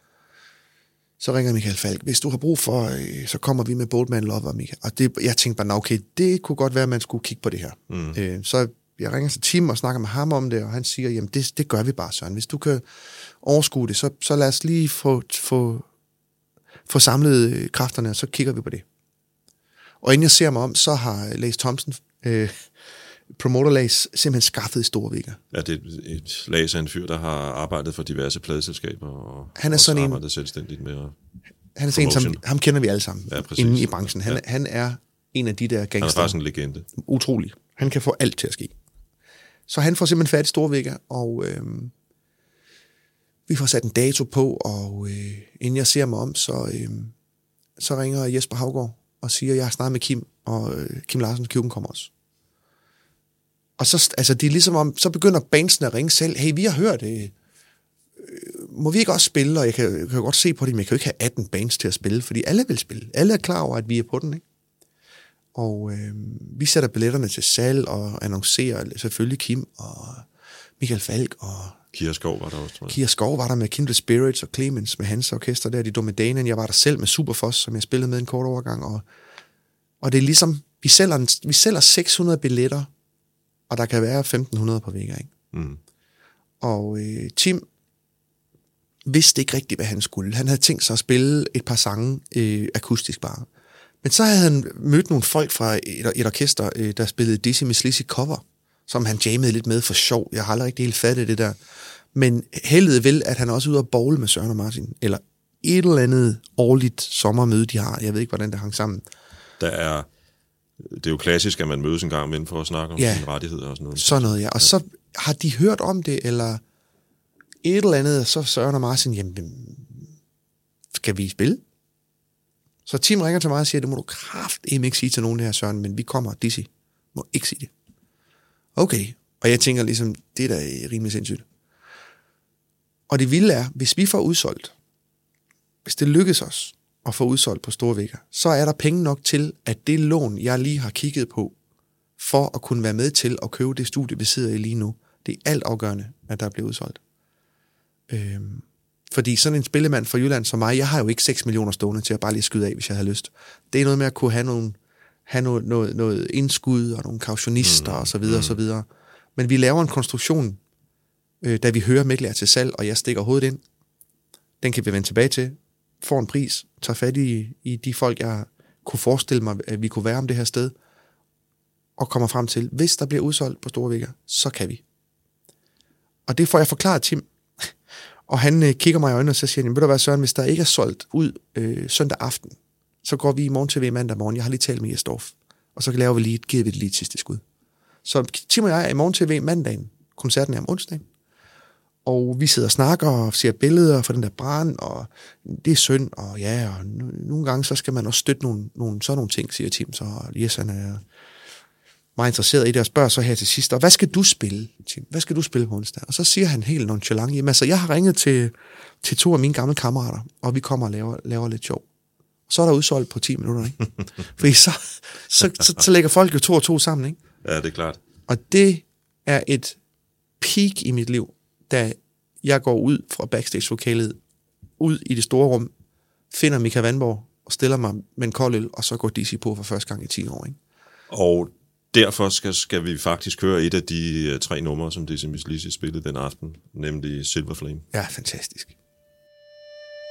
Så ringer Michael Falk. Hvis du har brug for, øh, så kommer vi med Boatman Lover, Michael. Og det, jeg tænkte bare, okay, det kunne godt være, at man skulle kigge på det her. Mm. Øh, så jeg ringer til Tim og snakker med ham om det, og han siger, jamen det, det gør vi bare, Søren. Hvis du kan overskue det, så, så lad os lige få, få, få samlet kræfterne, og så kigger vi på det. Og inden jeg ser mig om, så har Lace Thompson, øh, promoter Lace, simpelthen skaffet Storvigger. Ja, det er et Lace af en fyr, der har arbejdet for diverse pladeselskaber, og han er også sådan arbejdet en, selvstændigt med at han er sådan en, som, ham kender vi alle sammen, ja, inde i branchen. Han, ja. han er en af de der gangster. Han er faktisk en legende. Utrolig. Han kan få alt til at ske. Så han får simpelthen fat i Storvigger, og øh, vi får sat en dato på, og øh, inden jeg ser mig om, så, øh, så ringer Jesper Haugaard og siger, jeg har snakket med Kim, og øh, Kim Larsens Kuben kommer også. Og så, altså, det er ligesom om, så begynder bandsene at ringe selv, hey, vi har hørt det, øh, må vi ikke også spille, og jeg kan, jeg kan godt se på det, men jeg kan jo ikke have atten bands til at spille, fordi alle vil spille. Alle er klar over, at vi er på den, ikke? Og øh, vi sætter billetterne til salg og annoncerer selvfølgelig Kim og Michael Falk og Kira Skov var der også, tror jeg. Kira Skov var der med Kindred Spirits og Clemens med hans orkester der, De Dumme Dænen. Jeg var der selv med Superfoss, som jeg spillede med en kort overgang. Og, og det er ligesom, vi sælger, en, vi sælger seks hundrede billetter, og der kan være femten hundrede på vægger, ikke? Mm. Og øh, Tim vidste ikke rigtigt, hvad han skulle. Han havde tænkt sig at spille et par sange øh, akustisk bare. Men så havde han mødt nogle folk fra et, et orkester, øh, der spillede Dizzy Miss Lizzy cover, som han jammede lidt med for sjov. Jeg har aldrig rigtig helt fattet det der. Men heldet vil, at han også er ude og bowle med Søren og Martin, eller et eller andet årligt sommermøde, de har. Jeg ved ikke, hvordan det hang sammen. Der er, det er jo klassisk, at man mødes en gang imellem for at snakke om ja, sine rettigheder og sådan noget. Sådan noget, ja. Og ja. Så har de hørt om det, eller et eller andet, og så Søren og Martin, jamen, skal vi spille? Så Tim ringer til mig og siger, det må du kraftedeme ikke sige til nogen, det her, Søren, men vi kommer, Dizzy. Må ikke sige det. Okay. Og jeg tænker ligesom, det er da rimelig sindssygt. Og det vilde er, hvis vi får udsolgt, hvis det lykkes os at få udsolgt på Storvigger, så er der penge nok til, at det lån, jeg lige har kigget på, for at kunne være med til at købe det studie, vi sidder i lige nu, det er alt afgørende, at der bliver udsolgt. Øhm, fordi sådan en spillemand fra Jylland som mig, jeg har jo ikke seks millioner stående til at bare lige skyde af, hvis jeg havde lyst. Det er noget med at kunne have, nogle, have noget, noget, noget indskud og nogle kautionister mm. og så videre mm. og så videre. Men vi laver en konstruktion, øh, da vi hører Mikkel er til salg, og jeg stikker hovedet ind. Den kan vi vende tilbage til, får en pris, tager fat i, i de folk, jeg kunne forestille mig, at vi kunne være om det her sted, og kommer frem til, hvis der bliver udsolgt på Storvigger, så kan vi. Og det får jeg forklaret Tim. Og han øh, kigger mig i øjnene, og så siger han, ved du hvad, Søren, hvis der ikke er solgt ud øh, søndag aften, så går vi i morgen T V mandag morgen. Jeg har lige talt med Jesdorf. Og så laver vi lige, giver vi det lige et sidste skud. Så Tim og jeg er i morgen T V mandagen. Koncerten er om onsdagen. Og vi sidder og snakker og ser billeder fra den der brand, og det er synd, og ja, og nogle gange så skal man også støtte nogle, nogle, sådan nogle ting, siger Tim. Så yes, han er meget interesseret i det, og spørger så her til sidst, og hvad skal du spille, Tim? Hvad skal du spille på onsdag? Og så siger han helt nonchalant, jamen altså, jeg har ringet til, til to af mine gamle kammerater, og vi kommer og laver, laver lidt sjov. Så er der udsolgt på ti minutter, ikke? Fordi så, så, så, så lægger folk jo to og to sammen, ikke? Ja, det er klart. Og det er et peak i mit liv, da jeg går ud fra backstage-lokalet, ud i det store rum, finder Mika Vandborg og stiller mig med en kold øl, og så går Dizzy på for første gang i ti år, ikke? Og derfor skal, skal vi faktisk høre et af de uh, tre numre, som Dizzy Miss Lizzy spillede den aften, nemlig Silver Flame. Ja, fantastisk.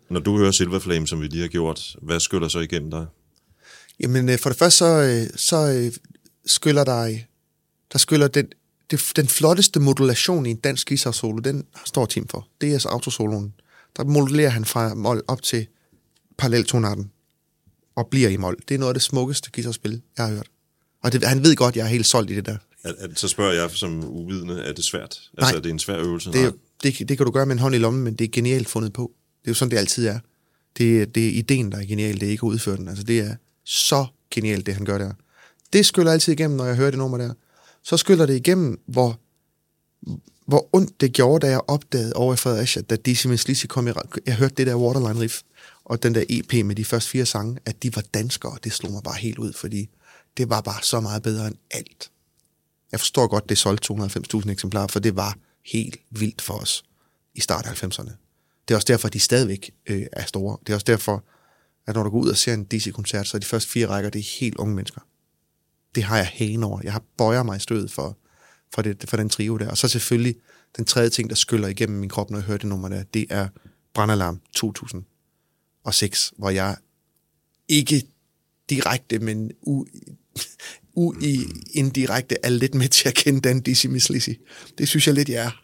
Når du hører Silver Flame, som vi lige har gjort, hvad skyller så igennem dig? Jamen, for det første, så, så skyller der, der skyller den, den flotteste modulation i en dansk guitar-solo, den står Tim for. Det er altså autosoloen. Der modulerer han fra mol op til paralleltonarten og bliver i mol. Det er noget af det smukkeste guitarspil, jeg har hørt. Og det, han ved godt, jeg er helt solgt i det der. At, at, så spørger jeg som uvidende, er det svært? Nej, altså, er det en svær øvelse? Det, det, det kan du gøre med en hånd i lommen, men det er genialt fundet på. Det er jo sådan, det altid er. Det, det er ideen, der er genial, det er ikke at udføre den. Altså, det er så genialt, det han gør der. Det skyller altid igennem, når jeg hører det nummer der. Så skyller det igennem, hvor, hvor ondt det gjorde, da jeg opdagede over i Fredericia, da Dizzy Miss Lizzy kom i... Jeg hørte det der Waterline riff, og den der E P med de første fire sange, at de var danskere, det slog mig bare helt ud, fordi det var bare så meget bedre end alt. Jeg forstår godt, det solgte to hundrede og halvfems tusind eksemplarer, for det var helt vildt for os i start af halvfemserne. Det er også derfor, de stadigvæk øh, er store. Det er også derfor, at når du går ud og ser en Dizzy-koncert, så er de første fire rækker, det er helt unge mennesker. Det har jeg hagen over. Jeg har bøjer mig i stødet for, for, det, for den trio der. Og så selvfølgelig den tredje ting, der skyller igennem min krop, når jeg hører det nummer der, det er Brandalarm to tusind og seks, hvor jeg ikke direkte, men u, u i indirekte er lidt med til at kende den Dizzy Miss Lizzy. Det synes jeg lidt, jeg er.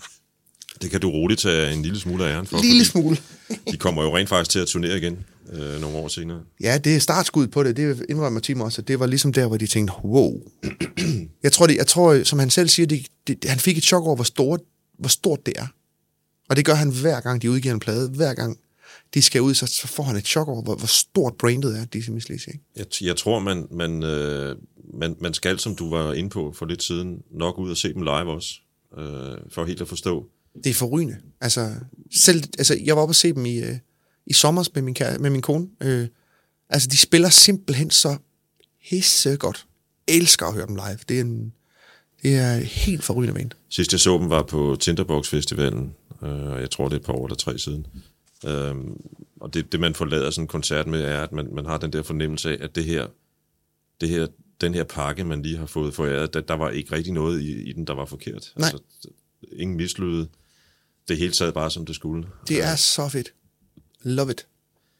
Det kan du roligt tage en lille smule af æren for. En lille smule. De kommer jo rent faktisk til at turnere igen øh, nogle år senere. Ja, det er startskud på det. Det indrømmer Tim også, at det var ligesom der, hvor de tænkte, wow. jeg tror, det, jeg tror som han selv siger, det, det, han fik et chok over, hvor stort, hvor stort det er. Og det gør han hver gang, de udgiver en plade. Hver gang de skal ud, så får han et chok over, hvor, hvor stort brandet er, Dizzy Miss Lizzy. Jeg, jeg tror, man, man, øh, man, man skal, som du var inde på for lidt siden, nok ud og se dem live også, øh, for helt at forstå. Det er forrygende. Altså, selv, altså, jeg var oppe og se dem i, øh, i sommer med min, kære, med min kone. Øh, altså, de spiller simpelthen så hisse godt. Elsker at høre dem live. Det er, en, det er helt forrygende band. Sidst jeg så dem var på Tinderbox Festivalen, og øh, jeg tror, det er et par år eller tre siden. Øh, og det, det, man forlader sådan en koncert med, er, at man, man har den der fornemmelse af, at det her, det her, den her pakke, man lige har fået foræret, der, der var ikke rigtig noget i, i den, der var forkert. Nej. Altså, ingen mislyde. Det hele sad bare, som det skulle. Det er så fedt. Love it.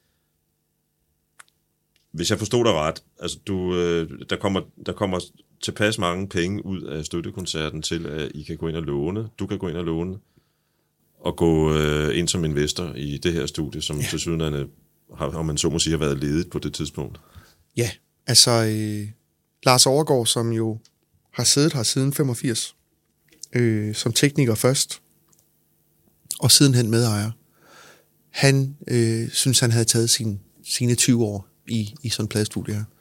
Hvis jeg forstod dig ret, altså du, øh, der, kommer, der kommer tilpas mange penge ud af støttekoncerten til, at I kan gå ind og låne. Du kan gå ind og låne og gå øh, ind som investor i det her studie, som ja. til sydenlande har, om man så må sige, har været ledet på det tidspunkt. Ja, altså øh, Lars Overgaard, som jo har siddet her siden femogfirs, øh, som tekniker først, og sidenhen medejer. Han øh, synes, han havde taget sin, sine tyve år i, i sådan en pladestudie her.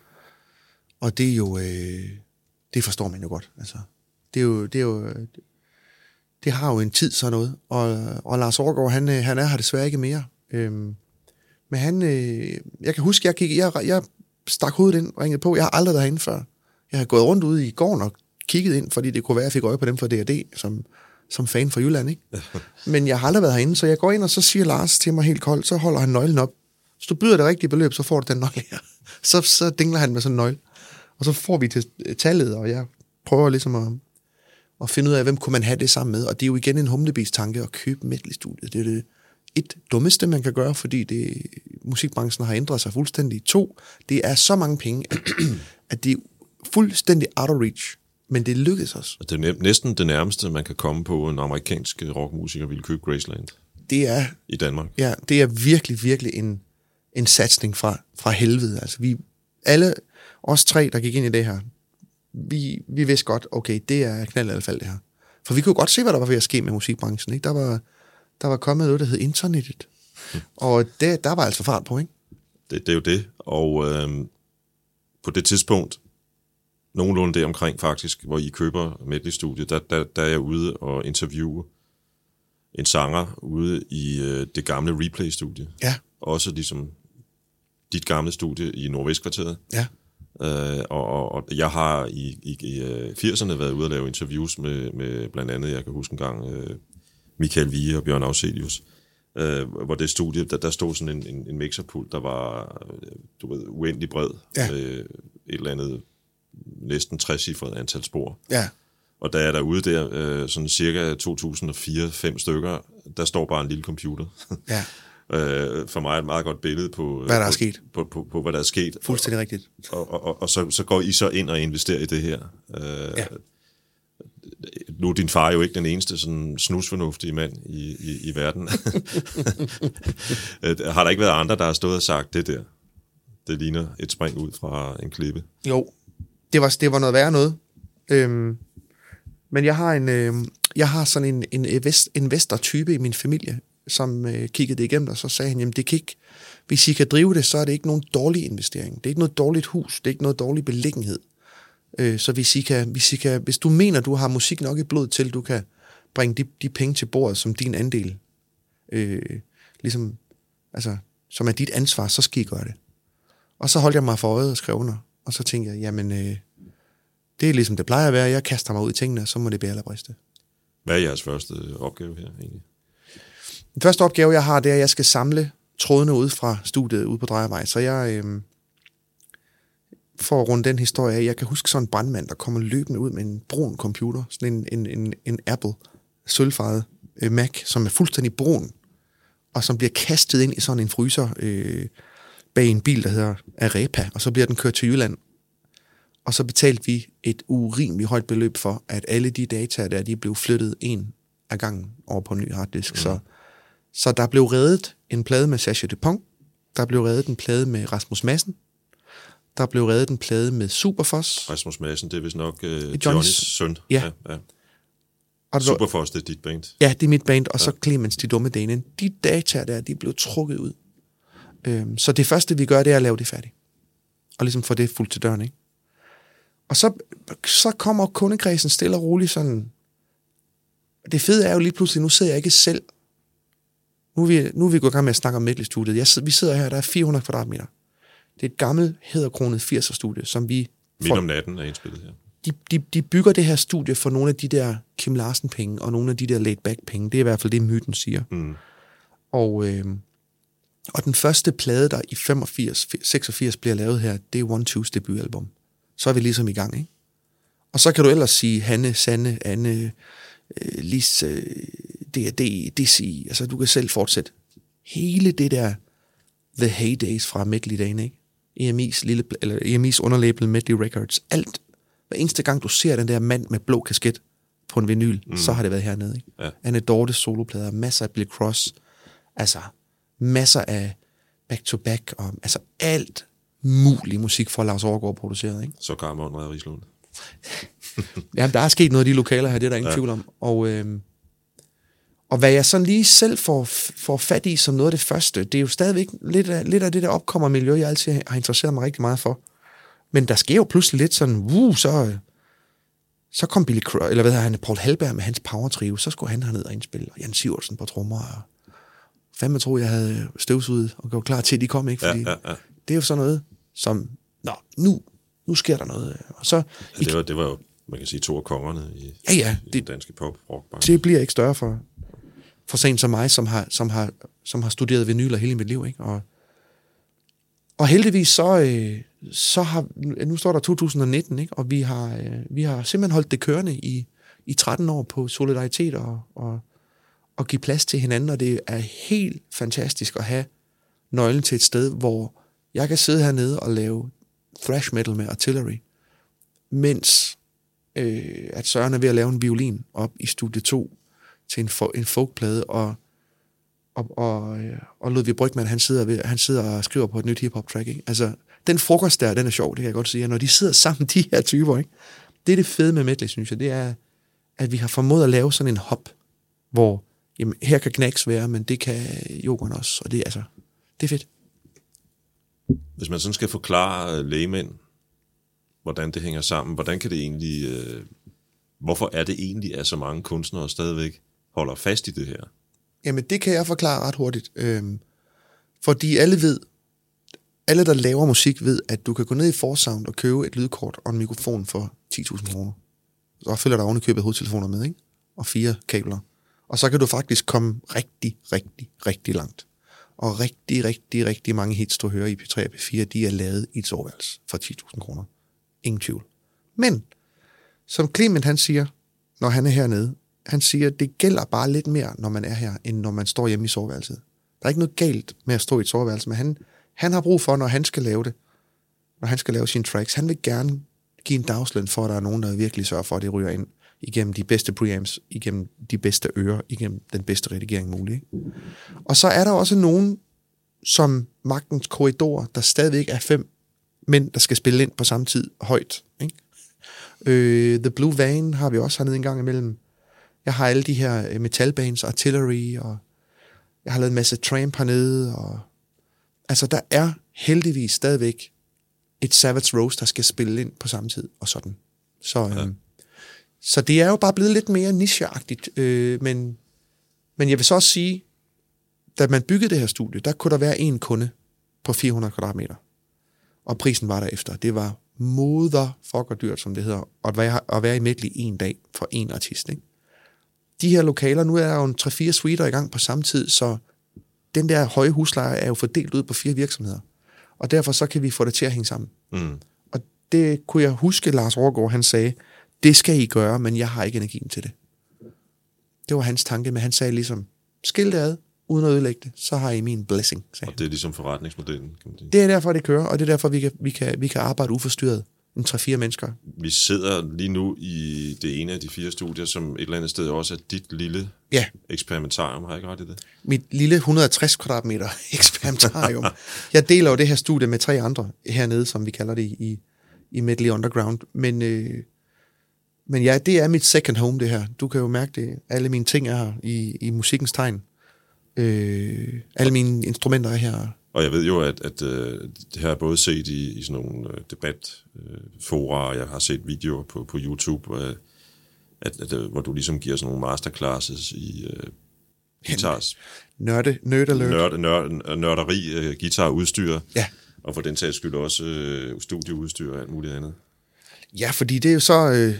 Og det er jo, øh, det forstår man jo godt. Altså, det er jo, det er jo, det har jo en tid sådan noget. Og, og Lars Overgaard, han, han er her desværre ikke mere. Øhm, men han, øh, jeg kan huske, jeg gik, jeg, jeg stak hovedet ind, ringede på. Jeg har aldrig været herinde før. Jeg har gået rundt ude i gården og kigget ind, fordi det kunne være, at jeg fik øje på dem fra D og D, som som fan fra Jylland, ikke? Men jeg har aldrig været herinde, så jeg går ind, og så siger Lars til mig helt koldt, så holder han nøglen op. Hvis du byder det rigtige beløb, så får du den nøgle her. Så, så dingler han med sådan en nøgle. Og så får vi til tallet, og jeg prøver ligesom at, at finde ud af, hvem kunne man have det sammen med. Og det er jo igen en humlebis tanke at købe metal-studiet. Det er det et dummeste, man kan gøre, fordi det, musikbranchen har ændret sig fuldstændig. To, det er så mange penge, at, at det er fuldstændig out of reach. Men det lykkedes os. Det er næsten det nærmeste, man kan komme på, en amerikansk rockmusiker ville købe Graceland. Det er... I Danmark. Ja, det er virkelig, virkelig en, en satsning fra, fra helvede. Altså, vi alle, os tre, der gik ind i det her, vi, vi vidste godt, okay, det er knald eller fald det her. For vi kunne godt se, hvad der var ved at ske med musikbranchen, ikke? Der var, der var kommet noget, der hed internettet. Hmm. Og det, der var altså fart på, ikke? Det, det er jo det. Og øh, på det tidspunkt, nogenlunde det omkring faktisk, hvor I køber medley-studiet, der, der, der er jeg ude og interviewe en sanger ude i øh, det gamle Replay-studie. Ja. Også ligesom dit gamle studie i Nordvestkvarteret. Ja. Øh, og, og, og jeg har i, i, i firserne været ude og lave interviews med, med blandt andet, jeg kan huske en gang, øh, Michael Vige og Bjørn Afzelius, øh, hvor det studie, der, der stod sådan en, en, en mixerpult, der var du ved, uendelig bred. Ja. Øh, et eller andet næsten tres-cifret antal spor. Ja. Og da jeg er derude der, øh, sådan cirka to tusind og fire til fem stykker, der står bare en lille computer. Ja. øh, for mig er et meget godt billede på, hvad der er på, sket. På, på, på, på, hvad der er sket. Fuldstændig og, rigtigt. Og, og, og, og så, så går I så ind og investerer i det her. Øh, ja. Nu er din far jo ikke den eneste sådan snusfornuftige mand i, i, i verden. Har der ikke været andre, der har stået og sagt det der? Det ligner et spring ud fra en klippe. Jo, det var, det var noget værre noget. Øhm, men jeg har en, øh, jeg har sådan en, en invest, investor-type i min familie, som øh, kiggede det igennem, og så sagde han, jamen det kan ikke, hvis I kan drive det, så er det ikke nogen dårlig investering. Det er ikke noget dårligt hus, det er ikke noget dårlig beliggenhed. Øh, så hvis I, kan, hvis I kan, hvis du mener, du har musik nok i blod til, du kan bringe de, de penge til bordet som din andel, øh, ligesom, altså, som er dit ansvar, så skal I gøre det. Og så holdt jeg mig for øjet og skrev under, og så tænkte jeg, jamen, øh, det er ligesom det plejer at være, jeg kaster mig ud i tingene, så må det bære eller briste. Hvad er jeres første opgave her egentlig? Den første opgave, jeg har, det er, at jeg skal samle trådene ud fra studiet ude på Drejervej. Så jeg, øh, for at runde den historie af, jeg kan huske sådan en brandmand, der kommer løbende ud med en brun computer, sådan en, en, en, en Apple sølvfarvet øh, Mac, som er fuldstændig brun, og som bliver kastet ind i sådan en fryser øh, bag en bil, der hedder Arepa, og så bliver den kørt til Jylland. Og så betalte vi et urimeligt højt beløb for, at alle de data der, de blev flyttet en af gangen over på en ny harddisk. Mm. Så, så der blev reddet en plade med Sacha Dupont, der blev reddet en plade med Rasmus Madsen, der blev reddet en plade med Superfoss. Rasmus Madsen, det er vist nok uh, Johnnys, Johnnys søn. Ja. ja, ja. Og Superfoss, det er dit band. Ja, det er mit band, og ja. Så Clemens, de dumme dane. De data der, de blev trukket ud. Øhm, så det første, vi gør, det er at lave det færdigt. Og ligesom få det fuldt til døren, ikke? Og så, så kommer kundekredsen stille og roligt sådan. Det fede er jo lige pludselig, nu sidder jeg ikke selv. Nu er vi, nu er vi gået i gang med at snakke om Medley-studiet. Jeg, vi sidder her, der er fire hundrede kvadratmeter. Det er et gammelt, hæderkronet firser-studie, som vi... Midt om natten er indspillet her. De, de, de bygger det her studie for nogle af de der Kim Larsen-penge, og nogle af de der laid-back-penge. Det er i hvert fald det, myten siger. Mm. Og, øh, og den første plade, der i femogfirs seksogfirs bliver lavet her, det er One Two's debutalbum. Så er vi ligesom i gang, ikke? Og så kan du ellers sige Hanne, Sanne, Anne, øh, Lis, øh, D R D, D C, altså du kan selv fortsætte. Hele det der The Heydays fra Medley-dagen, ikke? E M I's, lille, eller E M I's underlabel Medley Records, alt. Hver eneste gang du ser den der mand med blå kasket på en vinyl, mm. så har det været hernede, ikke? Ja. Anne Dortes soloplader, masser af Billy Cross, altså masser af back-to-back, og altså alt mulig musik for Lars Overgaard produceret, ikke? Så gammel André Rislund. Jamen, der er sket noget af de lokaler her, det er der ingen ja. tvivl om. Og, øh, og hvad jeg sådan lige selv får, får fat i som noget af det første, det er jo stadigvæk lidt af, lidt af det der opkommer miljø, jeg altid har interesseret mig rigtig meget for. Men der sker jo pludselig lidt sådan, uh, så, så kom Billy Cross, eller hvad hedder han, Paul Halberg med hans power trio, så skulle han herned og indspille, og Jan Sivertsen på trommer, og fandme tror jeg havde støvsuget og gjort klar til, at de kom, ikke? Fordi ja, ja, ja. Det er jo sådan noget, som, nå, nu, nu sker der noget. Og så, ja, det, var, det var jo, man kan sige, to af kongerne i, ja, ja, i det, den danske pop-rock. Det bliver ikke større for, for sent som mig, som har, som har, som har studeret vinyler hele mit liv, ikke? Og, og heldigvis så, øh, så har, nu står der to tusind nitten, ikke? Og vi har, øh, vi har simpelthen holdt det kørende i, i tretten år på solidaritet og, og, og give plads til hinanden, og det er helt fantastisk at have nøglen til et sted, hvor jeg kan sidde hernede og lave thrash metal med Artillery, mens øh, at Søren er ved at lave en violin op i studie to til en, en folkplade, og, og, og, øh, og Ludvig Brygmann, han sidder, ved, han sidder og skriver på et nyt hiphop-track, ikke? Altså, den frokost der, den er sjov, det kan jeg godt sige, når de sidder sammen, de her typer, ikke? Det er det fede med medley, synes jeg, det er, at vi har formået at lave sådan en hop, hvor, jamen, her kan Knacks være, men det kan Jokeren også, og det, altså, det er fedt. Hvis man sådan skal forklare lægemænd, hvordan det hænger sammen, hvordan kan det egentlig, øh, hvorfor er det egentlig, at så mange kunstnere stadigvæk holder fast i det her? Jamen, det kan jeg forklare ret hurtigt. Øhm, fordi alle ved, alle der laver musik ved, at du kan gå ned i Forsound og købe et lydkort og en mikrofon for ti tusind kroner. Så følger der ovenikøbet hovedtelefoner med, ikke? Og fire kabler. Og så kan du faktisk komme rigtig, rigtig, rigtig langt. Og rigtig, rigtig, rigtig mange hits, du hører i P tre og P fire, de er lavet i et soveværelse for ti tusind kroner. Ingen tvivl. Men, som Clement han siger, når han er hernede, han siger, at det gælder bare lidt mere, når man er her, end når man står hjemme i soveværelset. Der er ikke noget galt med at stå i et soveværelse, men han, han har brug for, når han skal lave det, når han skal lave sine tracks, han vil gerne give en dagsløn for, at der er nogen, der virkelig sørger for, at det ryger ind igennem de bedste preamps, igennem de bedste ører, igennem den bedste redigering mulig. Og så er der også nogen, som magtens korridor, der stadigvæk er fem mænd, der skal spille ind på samme tid højt. Ikke? Øh, The Blue Van har vi også hernede en gang imellem. Jeg har alle de her metalbands, Artillery, og jeg har lavet en masse Tramp hernede. Og altså, der er heldigvis stadigvæk et Savage Rose, der skal spille ind på samme tid, og sådan. Så, ja. øhm, så det er jo bare blevet lidt mere nicheagtigt. Øh, men, men jeg vil så også sige, da man byggede det her studie, der kunne der være en kunde på fire hundrede kvadratmeter. Og prisen var derefter. Det var motherfucker dyrt, som det hedder, at være, at være i Medley en dag for en artist. Ikke? De her lokaler, nu er der jo en tre fire suiter i gang på samme tid, så den der høje husleje er jo fordelt ud på fire virksomheder. Og derfor så kan vi få det til at hænge sammen. Mm. Og det kunne jeg huske, Lars Overgaard, han sagde, det skal I gøre, men jeg har ikke energien til det. Det var hans tanke, men han sagde ligesom, skil det ad, uden at ødelægge det, så har I min blessing. Og det er ligesom forretningsmodellen, kan man sige. Det er derfor, det kører, og det er derfor, vi kan, vi kan, vi kan arbejde uforstyrret. En tre-fire mennesker. Vi sidder lige nu i det ene af de fire studier, som et eller andet sted også er dit lille ja. eksperimentarium, har jeg ikke ret i det? Mit lille et hundrede og tres kvadratmeter eksperimentarium. Jeg deler jo det her studie med tre andre hernede, som vi kalder det i, i Medley Underground. Men, øh, men ja, det er mit second home, det her. Du kan jo mærke det. Alle mine ting er her i, i musikkens tegn. Øh, alle mine instrumenter er her. Og jeg ved jo, at, at, at det her er både set i, i sådan nogle debatfora, og jeg har set videoer på, på YouTube, at, at, at, hvor du ligesom giver sådan nogle masterclasses i uh, guitars. Nørde, nørde, nørde, nørde, nørderi, uh, guitarudstyr, ja. Og for den sags skyld også uh, studieudstyr og alt muligt andet. Ja, fordi det er jo så... Øh,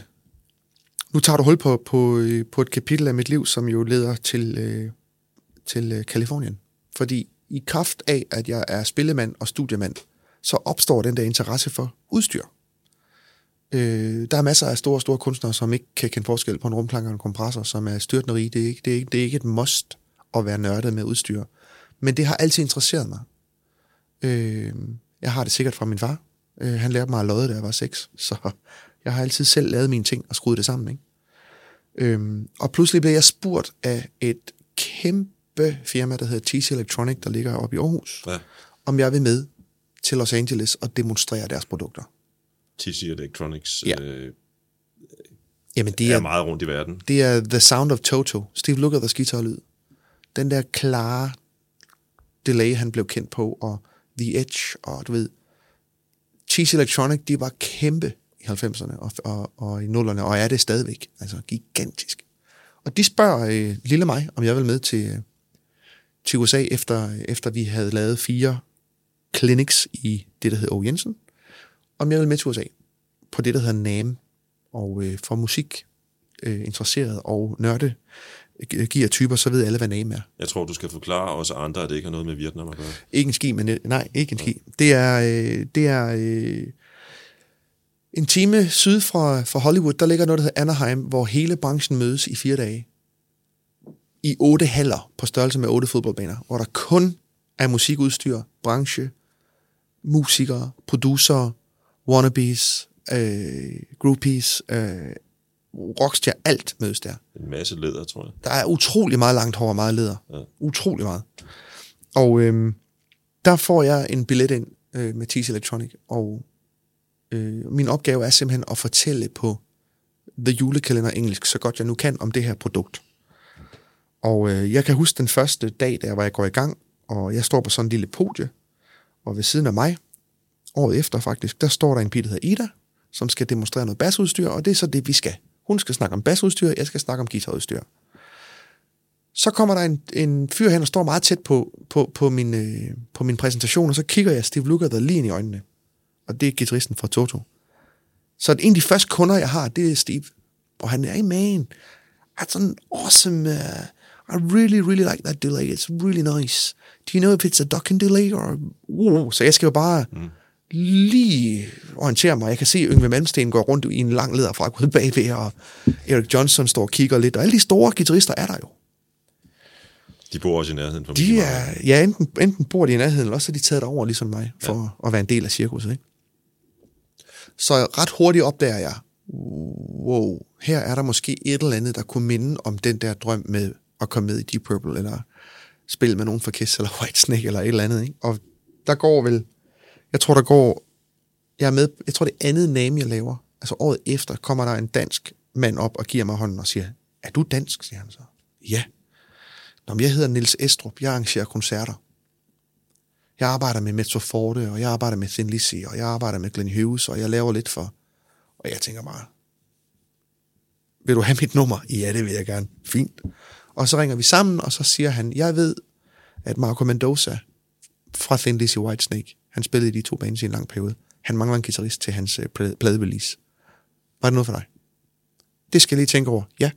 nu tager du hul på, på, på et kapitel af mit liv, som jo leder til, øh, til øh, Kalifornien. Fordi i kraft af, at jeg er spillemand og studiemand, så opstår den der interesse for udstyr. Øh, der er masser af store, store kunstnere, som ikke kan kende forskel på en rumklang og en kompressor, som er styrtende rige. Det er ikke, det er ikke, det er ikke et must at være nørdet med udstyr. Men det har altid interesseret mig. Øh, jeg har det sikkert fra min far. Øh, han lærte mig at lodde, da jeg var seks. Så jeg har altid selv lavet mine ting og skruet det sammen. Ikke? Øh, og pludselig blev jeg spurgt af et kæmpe firma, der hedder T C Electronic, der ligger oppe i Aarhus, ja. Om jeg vil med til Los Angeles og demonstrere deres produkter. T C Electronics ja. øh, Jamen, det er, er meget rundt i verden. Det er The Sound of Toto. Steve Lukather's guitarlyd. Den der klare delay, han blev kendt på, og The Edge, og du ved, T C Electronic, de var kæmpe i halvfemserne og, og, og i nullerne, og er det stadigvæk. Altså gigantisk. Og de spørger øh, lille mig, om jeg vil med til, til U S A, efter, efter vi havde lavet fire clinics i det, der hedder O. Jensen, om jeg vil med til U S A, på det, der hedder NAMM, og øh, for musik øh, interesseret og nørde giver typer, så ved alle, hvad NAMM er. Jeg tror, du skal forklare også andre, at det ikke har noget med Vietnam at gøre. Ikke en ski, men nej, ikke en ski. Det er, øh, det er øh, en time syd fra, fra Hollywood, der ligger noget, der hedder Anaheim, hvor hele branchen mødes i fire dage. I otte haller på størrelse med otte fodboldbaner, hvor der kun er musikudstyr, branche, musikere, producer, wannabes, øh, groupies, øh, rockstjerne, alt mødes der. En masse læder, tror jeg. Der er utrolig meget langt hår og meget læder. Ja. Utrolig meget. Og øh, der får jeg en billet ind øh, med T C Electronic, og øh, min opgave er simpelthen at fortælle på The Julekalender engelsk, så godt jeg nu kan, om det her produkt. Og øh, jeg kan huske den første dag, der var jeg går i gang, og jeg står på sådan en lille podie, og ved siden af mig, året efter faktisk, der står der en pige, der hedder Ida, som skal demonstrere noget basudstyr, og det er så det, vi skal. Hun skal snakke om basudstyr, jeg skal snakke om guitarudstyr. Så kommer der en, en fyr hen og står meget tæt på, på, på, min, øh, på min præsentation, og så kigger jeg Steve Lukather lige ind i øjnene. Og det er guitaristen fra Toto. Så en af de første kunder, jeg har, det er Steve. Og han er, hey man, that's an awesome, uh, I really, really like that delay. It's really nice. Do you know if it's a docking delay? Or... Uh, så jeg skal jo bare mm. lige orientere mig. Jeg kan se, at Yngve Malmsteen går rundt i en lang læderfrak ude bagved, og Eric Johnson står og kigger lidt, og alle de store guitarister er der jo. De bor også i nærheden for de er, ja, enten, enten bor de i nærheden, eller også er de taget over ligesom mig, for ja. at være en del af cirkuset. Ikke? Så ret hurtigt opdager jeg, wow, her er der måske et eller andet, der kunne minde om den der drøm med at komme med i Deep Purple, eller spille med nogen fra Kiss, eller Whitesnake, eller et eller andet. Ikke? Og der går vel, jeg tror der går, jeg er med, jeg tror det andet name, jeg laver, altså året efter, kommer der en dansk mand op og giver mig hånden og siger, er du dansk, siger han så. Ja. Nå, jeg hedder Niels Estrup, jeg arrangerer koncerter. Jeg arbejder med Mezzo Forte, og jeg arbejder med Thin Lizzy, og jeg arbejder med Glenn Hughes, og jeg laver lidt for... Og jeg tænker bare, vil du have mit nummer? Ja, det vil jeg gerne. Fint. Og så ringer vi sammen, og så siger han, jeg ved, at Marco Mendoza fra Thin Lizzy Whitesnake, han spillede i de to bands i en lang periode. Han mangler en guitarist til hans pladerelease. Var det noget for dig? Det skal jeg lige tænke over. Ja.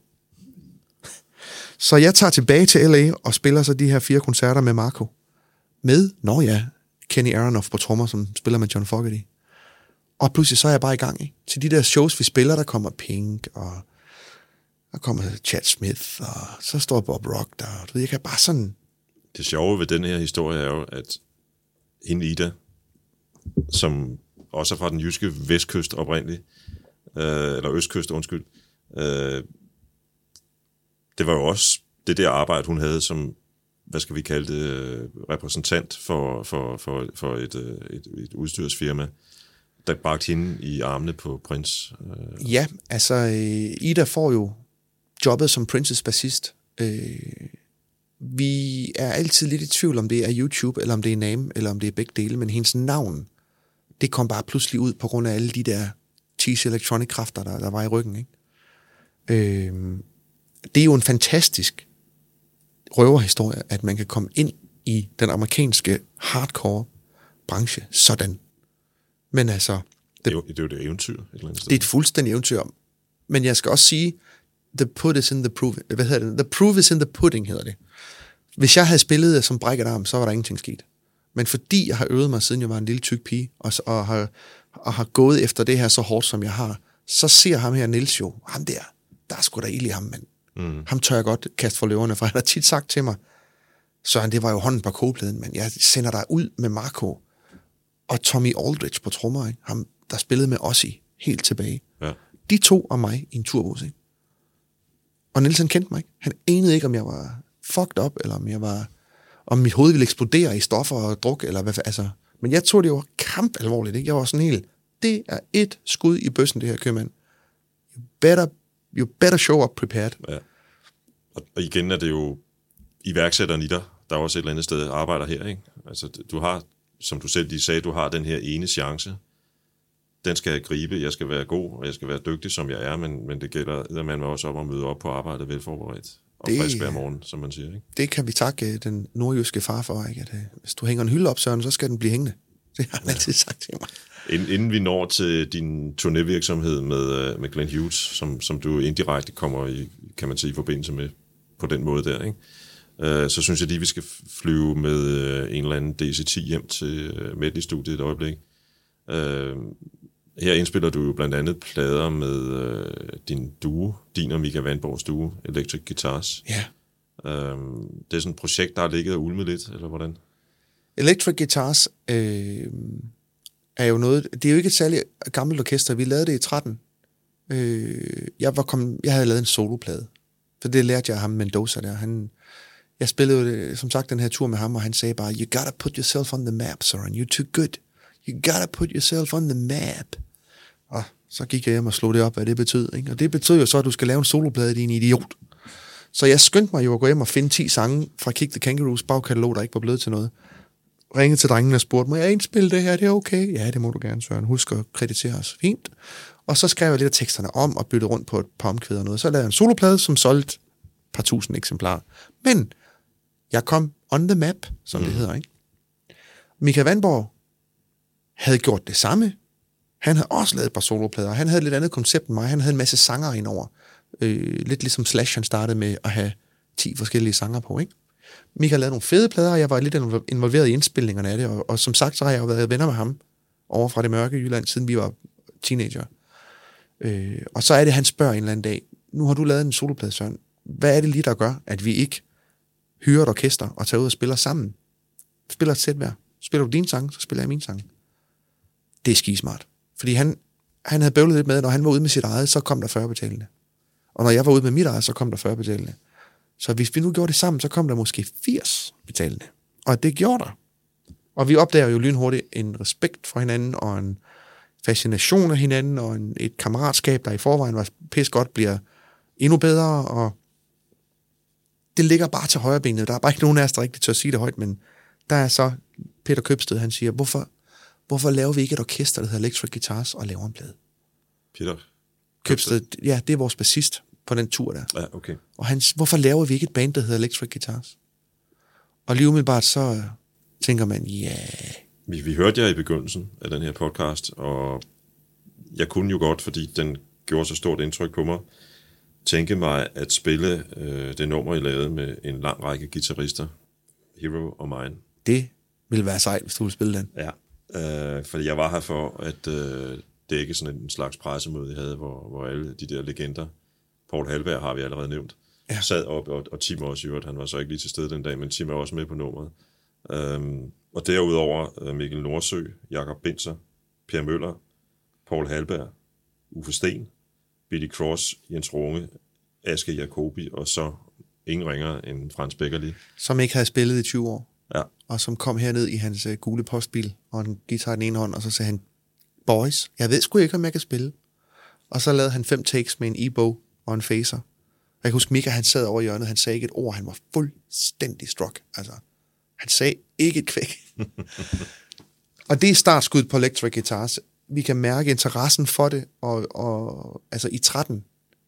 Så jeg tager tilbage til L A og spiller så de her fire koncerter med Marco. Med, nå ja, Kenny Aronoff på trommer, som spiller med John Fogerty. Og pludselig så er jeg bare i gang. Ikke? Til de der shows, vi spiller, der kommer Pink, og der kommer Chad Smith, og så står Bob Rock der. Du ved, jeg kan bare sådan... Det sjove ved den her historie er jo, at hende Ida, som også er fra den jyske vestkyst oprindeligt, øh, eller østkyst, undskyld, øh, det var jo også det der arbejde, hun havde som, hvad skal vi kalde det, repræsentant for, for, for, for et, et, et udstyrsfirma, der bragte hende i armene på Prince. Ja, altså Ida får jo jobbet som Princes bassist. Vi er altid lidt i tvivl, om det er YouTube, eller om det er Name, eller om det er begge dele, men hendes navn, det kom bare pludselig ud på grund af alle de der Cheese Electronic kræfter, der, der var i ryggen. Ikke? Det er jo en fantastisk røverhistorie, at man kan komme ind i den amerikanske hardcore branche sådan. Men altså... Det, det, er, jo, det er jo det eventyr et eller andet sted. Det er et fuldstændig eventyr. Men jeg skal også sige, the put is in the proof. Hvad hedder det? The proof is in the pudding, hedder det. Hvis jeg havde spillet som brækket arm, så var der ingenting sket. Men fordi jeg har øvet mig, siden jeg var en lille tyk pige, og, og, har, og har gået efter det her så hårdt, som jeg har, så ser ham her Niels jo, ham der, der er sgu da ild i ham, mand. Mm. Ham tør jeg godt kaste for løverne, for han har tit sagt til mig, Søren, det var jo hånden på kogepladen, men jeg sender dig ud med Marco og Tommy Aldridge på trommer, ikke? Ham, der spillede med Ozzy helt tilbage. Ja. De to og mig i en turbus, ikke? Og Nielsen kendte mig ikke. Han anede ikke, om jeg var fucked up, eller om jeg var, om mit hoved ville eksplodere i stoffer og druk, eller hvad, altså. Men jeg tog det jo kamp alvorligt, ikke? Jeg var sådan helt, det er et skud i bøssen, det her købmand. You better, you better show up prepared. Ja. Og, og igen er det jo iværksætteren i dig, der også et eller andet sted arbejder her, ikke? Altså, du har, som du selv lige sagde, du har den her ene chance. Den skal jeg gribe, jeg skal være god, og jeg skal være dygtig, som jeg er, men, men det gælder eddermame også om at møde op på arbejdet velforberedt og det, frisk hver morgen, som man siger, ikke? Det kan vi takke den nordjyske far for, ikke? At, hvis du hænger en hylde op, Søren, så skal den blive hængende. Det har han ja. altid sagt til mig. Inden, inden vi når til din turnévirksomhed med, med Glenn Hughes, som, som du indirekte kommer i, kan man sige, i forbindelse med på den måde der, ikke? Uh, så synes jeg lige, vi skal flyve med uh, en eller anden D C ti hjem til uh, Medley-studiet et øjeblik. Uh, her indspiller du jo blandt andet plader med uh, din duo, din og Mika Vandborgs duo, Electric Guitars. Ja. Uh, det er sådan et projekt, der har ligget og ulmet lidt, eller hvordan? Electric Guitars øh, er jo noget, det er jo ikke et særligt gammelt orkester, vi lavede det i tretten. Øh, jeg, var kommet, jeg havde lavet en soloplade, for det lærte jeg ham Mendoza der. Han, jeg spillede jo som sagt den her tur med ham, og han sagde bare, you gotta put yourself on the map, Søren, you're too good. You gotta put yourself on the map. Og så gik jeg hjem og slog det op, hvad det betød. Ikke? Og det betød jo så, at du skal lave en soloplade, din idiot. Så jeg skyndte mig jo at gå hjem og finde ti sange fra Kick the Kangaroos bagkatalog, der ikke var blevet til noget. Ringede til drengene og spurgte, må jeg indspille det her? Det er okay. Ja, det må du gerne, Søren. Husk at kreditere os. Fint. Og så skrev jeg lidt af teksterne om og byttede rundt på et par omkvæder og noget. Så lavede jeg en soloplade, som solgte et par tusind eksemplarer. Men jeg kom on the map, som mm. det hedder, ikke? Mika Vandborg havde gjort det samme. Han havde også lavet et par soloplader. Han havde et lidt andet koncept end mig. Han havde en masse sanger indover. Øh, lidt ligesom Slash, han startede med at have ti forskellige sanger på, ikke? Mika lavede nogle fede plader, og jeg var lidt involveret i indspilningerne af det, og, og som sagt, så har jeg jo været venner med ham over fra det mørke Jylland, siden vi var teenager. Øh, og så er det, han spørger en eller anden dag, nu har du lavet en soloplade, Søren. Hvad er det lige, der gør, at vi ikke hyre et orkester og tage ud og spiller sammen. Spiller et sæt hver. Spiller du din sang, så spiller jeg min sang. Det er skismart. Fordi han, han havde bøvlet lidt med, at når han var ude med sit eget, så kom der fyrre betalende. Og når jeg var ude med mit eget, så kom der fyrre betalende. Så hvis vi nu gjorde det sammen, så kom der måske firs betalende. Og det gjorde der. Og vi opdager jo lynhurtigt en respekt for hinanden, og en fascination af hinanden, og en, et kammeratskab, der i forvejen var pis godt, bliver endnu bedre, og det ligger bare til højrebenet. Der er bare ikke nogen af os, der rigtig tør at sige det højt, men der er så Peter Købsted, han siger, hvorfor, hvorfor laver vi ikke et orkester, der hedder Electric Guitars, og laver en plade? Peter Købsted, ja, det er vores bassist på den tur der. Ja, okay. Og han, hvorfor laver vi ikke et band, der hedder Electric Guitars? Og lige umiddelbart så tænker man, ja... Yeah. Vi, vi hørte jer i begyndelsen af den her podcast, og jeg kunne jo godt, fordi den gjorde så stort indtryk på mig, tænke mig at spille øh, det nummer, I lavede med en lang række guitarister, Hero og Mine. Det ville være sejt, hvis du ville spille den. Ja, øh, fordi jeg var her for at øh, dække sådan en slags pressemøde, jeg havde, hvor, hvor alle de der legender, Paul Halberg har vi allerede nævnt, ja. sad op, og, og Tim også i øvrigt, han var så ikke lige til stede den dag, men Tim er også med på nummeret. Øhm, og derudover Mikkel Nordsø, Jakob Binzer, Per Møller, Paul Halberg, Uffe Sten, Billy Cross, Jens Runge, Aske Jacobi, og så ingen ringer end Frans Beckerli. Som ikke havde spillet i tyve år. Ja. Og som kom herned i hans uh, gule postbil, og en guitar i den ene hånd, og så sagde han, boys, jeg ved sgu ikke, om jeg kan spille. Og så lavede han fem takes med en e-bow og en phaser. Og jeg kan huske, Mika, han sad over i hjørnet, han sagde ikke et ord, han var fuldstændig struck. Altså, han sagde ikke et kvæk. Og det er startskud på Electric Guitars. Vi kan mærke interessen for det, og, og altså i tretten,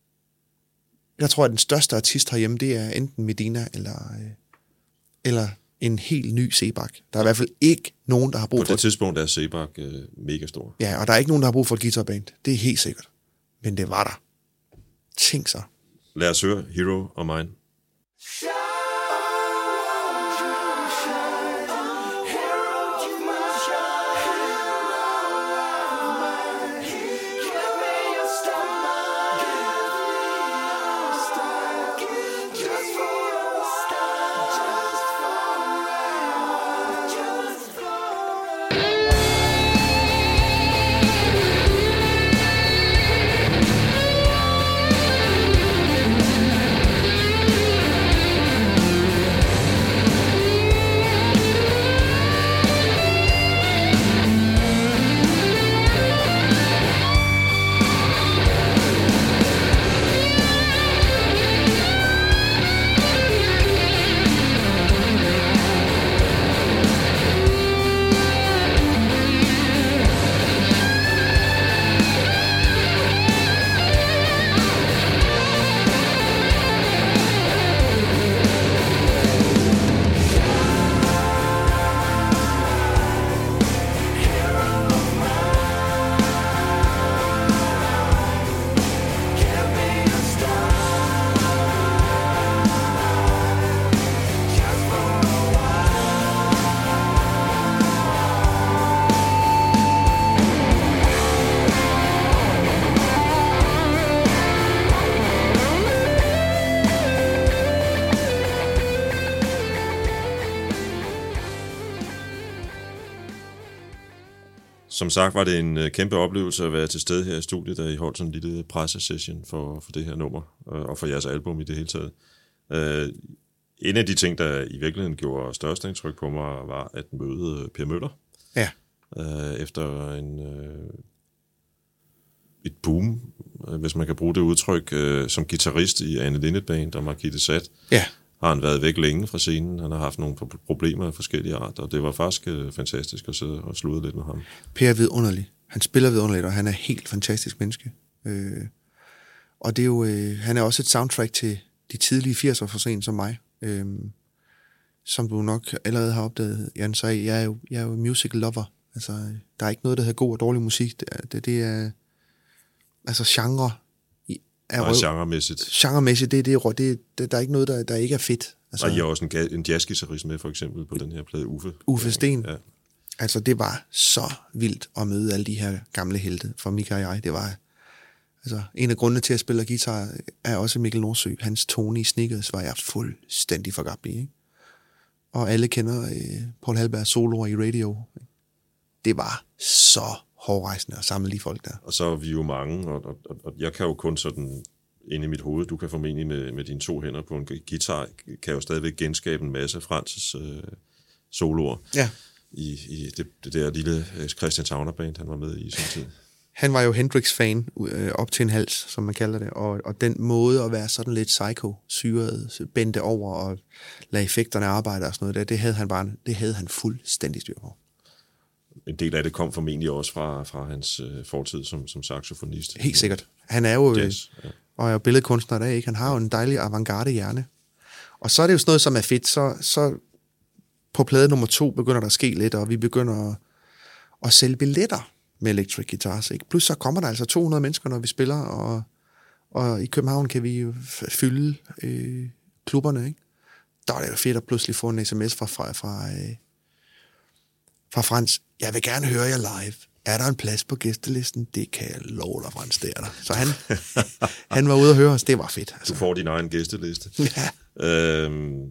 jeg tror, at den største artist herhjemme, det er enten Medina, eller, eller en helt ny Sebak. Der er i hvert fald ikke nogen, der har brug for... På det tidspunkt er Sebak øh, mega stor. Ja, og der er ikke nogen, der har brug for et guitarband. Det er helt sikkert. Men det var der. Tænk så. Lad os høre Hero og Mine. Som sagt var det en uh, kæmpe oplevelse at være til stede her i studiet, da I holdt sådan en lille pressesession for, for det her nummer, uh, og for jeres album i det hele taget. Uh, en af de ting, der i virkeligheden gjorde størst indtryk på mig, var at møde Per Møller. Ja. Uh, efter en, uh, et boom, uh, hvis man kan bruge det udtryk, uh, som guitarist i Anne Linnet Band og Marquis de Sade. Ja. Har han været væk længe fra scenen. Han har haft nogle problemer af forskellige art, og det var faktisk øh, fantastisk at sidde og slude lidt med ham. Per er vidunderlig. Han spiller vidunderligt, og han er et helt fantastisk menneske. Øh, og det er jo, øh, han er også et soundtrack til de tidlige firserne for sent som mig. Øh, som du nok allerede har opdaget, Jan, så jeg er jo, jeg er jo music lover. Altså, der er ikke noget, der hedder god og dårlig musik. Det er, det, det er altså genre... Og genremæssigt. Genremæssigt, det, det, det, det, der er ikke noget, der, der ikke er fedt. Altså, og I har også en, en jazzguitarist med, for eksempel, på den her plade, Uffe. Uffe Sten. Ja. Altså, det var så vildt at møde alle de her gamle helte for Mika og jeg. Det var, altså, en af grundene til at spille guitar er også Mikkel Nordsø. Hans tone i Snickers var jeg fuldstændig forgabt i, ikke? og alle kender øh, Paul Halbergs soloer i Radio. Det var så hårdrejsende at samle de folk der. Og så er vi jo mange, og, og, og jeg kan jo kun sådan inde i mit hoved, du kan formentlig med, med dine to hænder på en guitar, kan jo stadigvæk genskabe en masse Frances øh, soloer ja. i, i det, det der lille Christian Towner-band, han var med i sin tid. Han var jo Hendrix-fan øh, op til en hals, som man kalder det, og, og den måde at være sådan lidt psycho-syret, bente over og lade effekterne arbejde og sådan noget der, det havde han bare, det havde han fuldstændig styr på. En del af det kom formentlig også fra, fra hans øh, fortid som, som saxofonist. Helt sikkert. Han er jo Jazz, ja. og er jo billedkunstner der, ikke? Han har jo en dejlig avantgarde hjerne. Og så er det jo sådan noget, som er fedt. Så, så på plade nummer to begynder der at ske lidt, og vi begynder at, at sælge billetter med electric guitars. Ikke? Plus så kommer der altså to hundrede mennesker, når vi spiller, og, og i København kan vi jo fylde øh, klubberne. Ikke? Der er det jo fedt at pludselig få en sms fra, fra, fra, øh, fra Frans. Jeg vil gerne høre jer live. Er der en plads på gæstelisten? Det kan jeg love dig, Frans, det er der. Så han, han var ude og høre os. Det var fedt. Altså. Du får din egen gæsteliste. Ja. Øhm,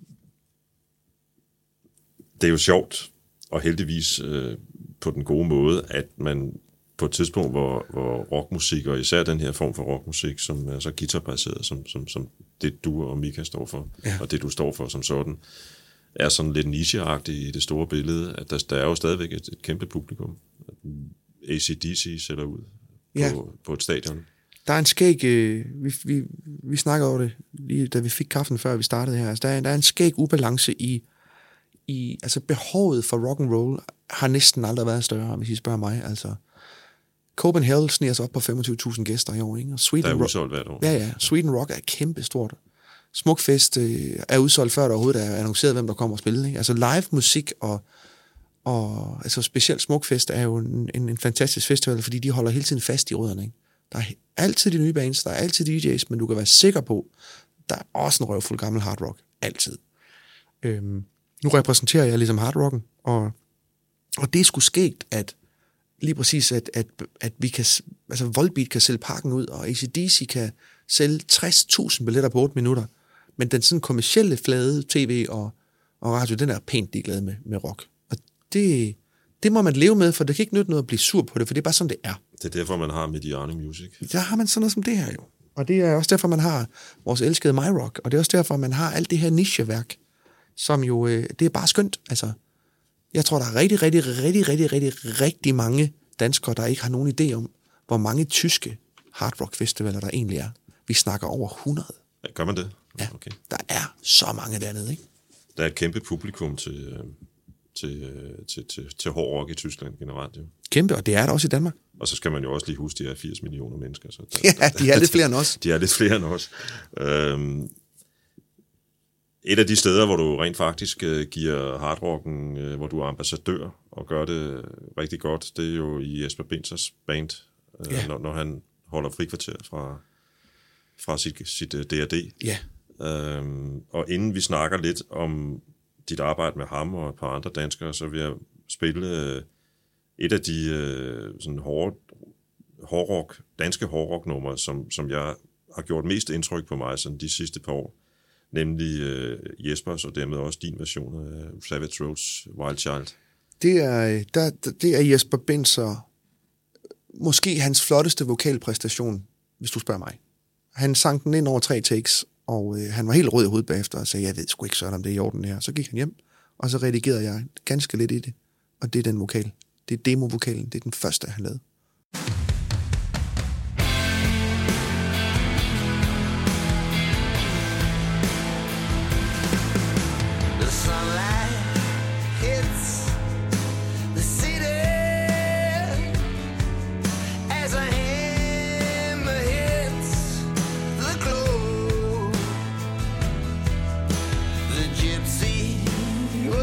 det er jo sjovt, og heldigvis øh, på den gode måde, at man på et tidspunkt, hvor, hvor rockmusik, og især den her form for rockmusik, som er så guitarbaseret, som, som, som det du og Mika står for, ja. Og det du står for som sådan, er sådan lidt nicheagtigt i det store billede, at der, der er jo stadigvæk et, et kæmpe publikum. A C D C sætter ud ja. på, på et stadion. Der er en skæg, øh, vi, vi, vi snakkede over det, lige da vi fik kaffen, før vi startede her. Altså, der, er, der er en skæg ubalance i, i, altså behovet for rock and roll har næsten aldrig været større, hvis I spørger mig. Altså, Copenhagen sniger sig op på femogtyve tusind gæster i år, ikke? Og Sweden der er udsolgt hvert år. Ja, ja. Sweden Rock er kæmpe stort. Smukfest øh, er udsolgt før der overhovedet er annonceret, hvem der kommer og spille. Ikke? Altså live musik og, og altså specielt Smukfest er jo en, en, en fantastisk festival, fordi de holder hele tiden fast i rødderne. Ikke? Der er altid de nye bands, der er altid D J's, men du kan være sikker på, der er også en røvfuld gammel hard rock. Altid. Øhm, nu repræsenterer jeg ligesom hard rocken, og, og det er sgu skægt, at lige præcis, at, at, at vi kan, altså Volbeat kan sælge pakken ud, og A C D C kan sælge tres tusind billetter på otte minutter, men den sådan kommercielle flade tv og, og radio, den er pænt ligeglad med, med rock. Og det, det må man leve med, for det kan ikke nytte noget at blive sur på det, for det er bare sådan, det er. Det er derfor, man har Mediano Music. Der har man sådan noget som det her jo. Og det er også derfor, man har vores elskede MyRock, og det er også derfor, man har alt det her nicheværk, som jo, øh, det er bare skønt. Altså, jeg tror, der er rigtig, rigtig, rigtig, rigtig, rigtig, rigtig mange danskere, der ikke har nogen idé om, hvor mange tyske hard rock festivaler der egentlig er. Vi snakker over hundrede. Ja, gør man det? Ja, okay. Der er så mange dernede, ikke? Der er et kæmpe publikum til, til, til, til, til hård rock i Tyskland generelt, jo. Kæmpe, og det er der også i Danmark. Og så skal man jo også lige huske, de er firs millioner mennesker. Så der, ja, de er lidt flere end os. De er lidt flere end os. Øhm, et af de steder, hvor du rent faktisk uh, giver hardrocken, uh, hvor du er ambassadør og gør det rigtig godt, det er jo i Jesper Binzers band, uh, ja. når, når han holder frikvarter fra, fra sit, sit uh, D R D. Ja. Øhm, og inden vi snakker lidt om dit arbejde med ham og et par andre danskere, så vil jeg spille uh, et af de uh, sådan hårde, hårdrock, danske hårdrock-numre, som, som jeg har gjort mest indtryk på mig sådan de sidste par år. Nemlig øh, Jespers, og dermed også din version af Savage Rose Wild Child. Det er, der, det er Jesper Binzer, måske hans flotteste vokalpræstation, hvis du spørger mig. Han sang den ind over tre takes, og øh, han var helt rød i hovedet bagefter, og sagde, jeg ved sgu ikke sådan, om det er i orden her. Så gik han hjem, og så redigerede jeg ganske lidt i det, og det er den vokal. Det er demo-vokalen, det er den første, han lavede.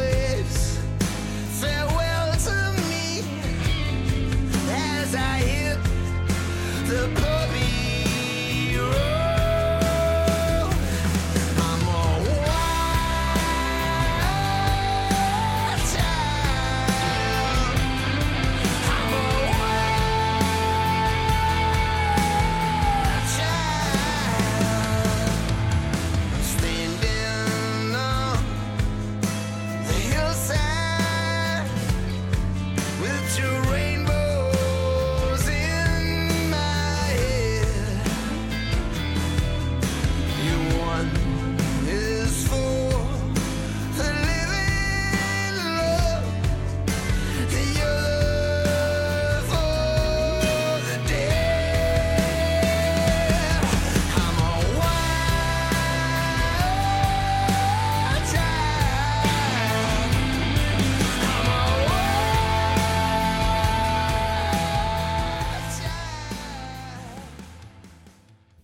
Farewell to me as I hear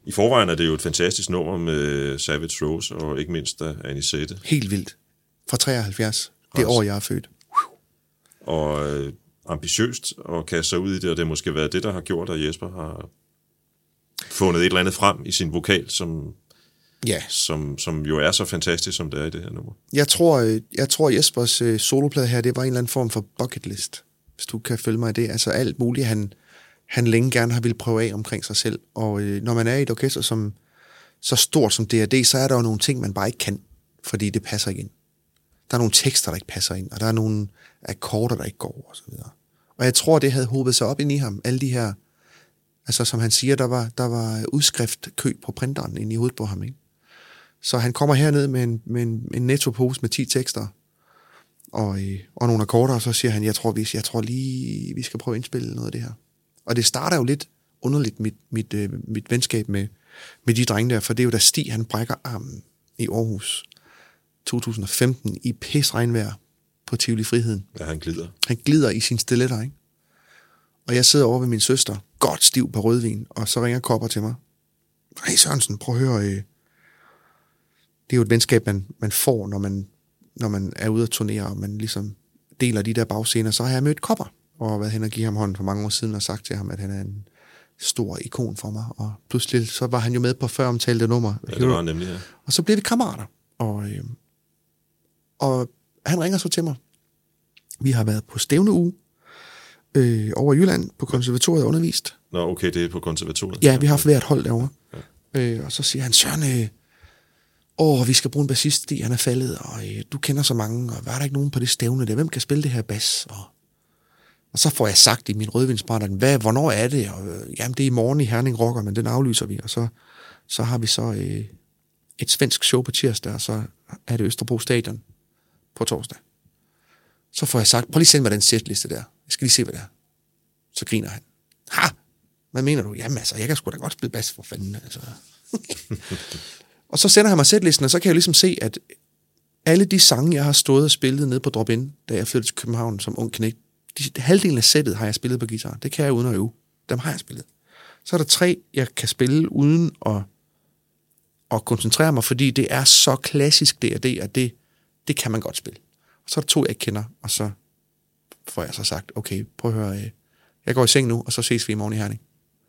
I forvejen er det jo et fantastisk nummer med Savage Rose, og ikke mindst af Anisette. Helt vildt. Fra treoghalvfjerds. Det år, jeg er født. Og øh, ambitiøst at kaste sig ud i det, og det har måske været det, der har gjort, at Jesper har fundet et eller andet frem i sin vokal, som, ja. som, som jo er så fantastisk, som det er i det her nummer. Jeg tror, jeg tror Jespers øh, soloplade her, det var en eller anden form for bucket list, hvis du kan følge mig i det. Altså alt muligt, han, han længe gerne har ville prøve af omkring sig selv. Og øh, når man er i et orkester som, så stort som D R D, så er der jo nogle ting, man bare ikke kan, fordi det passer ikke ind. Der er nogle tekster, der ikke passer ind, og der er nogle akkorder, der ikke går, og så videre. Og jeg tror, det havde hobet sig op ind i ham, alle de her, altså som han siger, der var, der var udskrift-kø på printeren inde i hovedet på ham, ikke? Så han kommer herned med en, med en, en netto-pose med ti tekster, og, og nogle akkorder, og så siger han, jeg tror, vi, jeg tror lige, vi skal prøve at indspille noget af det her. Og det starter jo lidt underligt, mit, mit, mit, mit venskab med, med de drenge der, for det er jo da Stig, han brækker armen i Aarhus to tusind og femten i pis regnvejr på Tivoli Friheden. Ja, han glider. Han glider i sin stiletter, ikke? Og jeg sidder over ved min søster, godt stiv på rødvin, og så ringer Kopper til mig. Hey Sørensen, prøv at høre. Øh. Det er jo et venskab, man, man får, når man, når man er ude at turnere, og man ligesom deler de der bagscener. Så har jeg mødt Kopper, og været hen og givet ham hånden for mange år siden, og sagt til ham, at han er en stor ikon for mig. Og pludselig så var han jo med på før omtalte nummer. Ja, det var han nemlig, ja. Og så blev vi kammerater. Og, øh, og han ringer så til mig. Vi har været på stævneuge øh, over i Jylland på konservatoriet og undervist. Nå, okay, det er på konservatoriet. Ja, vi har haft hvert hold derovre. Ja. Øh, og så siger han, Søren, øh, åh, vi skal bruge en bassist, Stig, han er faldet, og øh, du kender så mange, og var der ikke nogen på det stævne der? Hvem kan spille det her bas? Og, og så får jeg sagt i min rødvinsbrænder, hvad, hvornår er det? Og, øh, jamen, det er i morgen i Herning Rocker, men den aflyser vi. Og så, så har vi så øh, et svensk show på tirsdag, og så er det Østerbro Stadion på torsdag. Så får jeg sagt, prøv lige send mig den setliste der. Jeg skal lige se, hvad det er. Så griner han. Ha! Hvad mener du? Jamen altså, jeg kan sgu da godt spille bas for fanden. Altså. Og så sender han mig setlisten, og så kan jeg ligesom se, at alle de sange, jeg har stået og spillet nede på Drop-In, da jeg flyttede til København som ung knægt, de, halvdelen af sættet har jeg spillet på guitar. Det kan jeg uden at øve. Dem har jeg spillet. Så er der tre, jeg kan spille uden at, at koncentrere mig, fordi det er så klassisk D R D, at det, det kan man godt spille. Og så er der to, jeg ikke kender, og så får jeg så sagt, okay, prøv at høre, jeg går i seng nu, og så ses vi i morgen i Herning.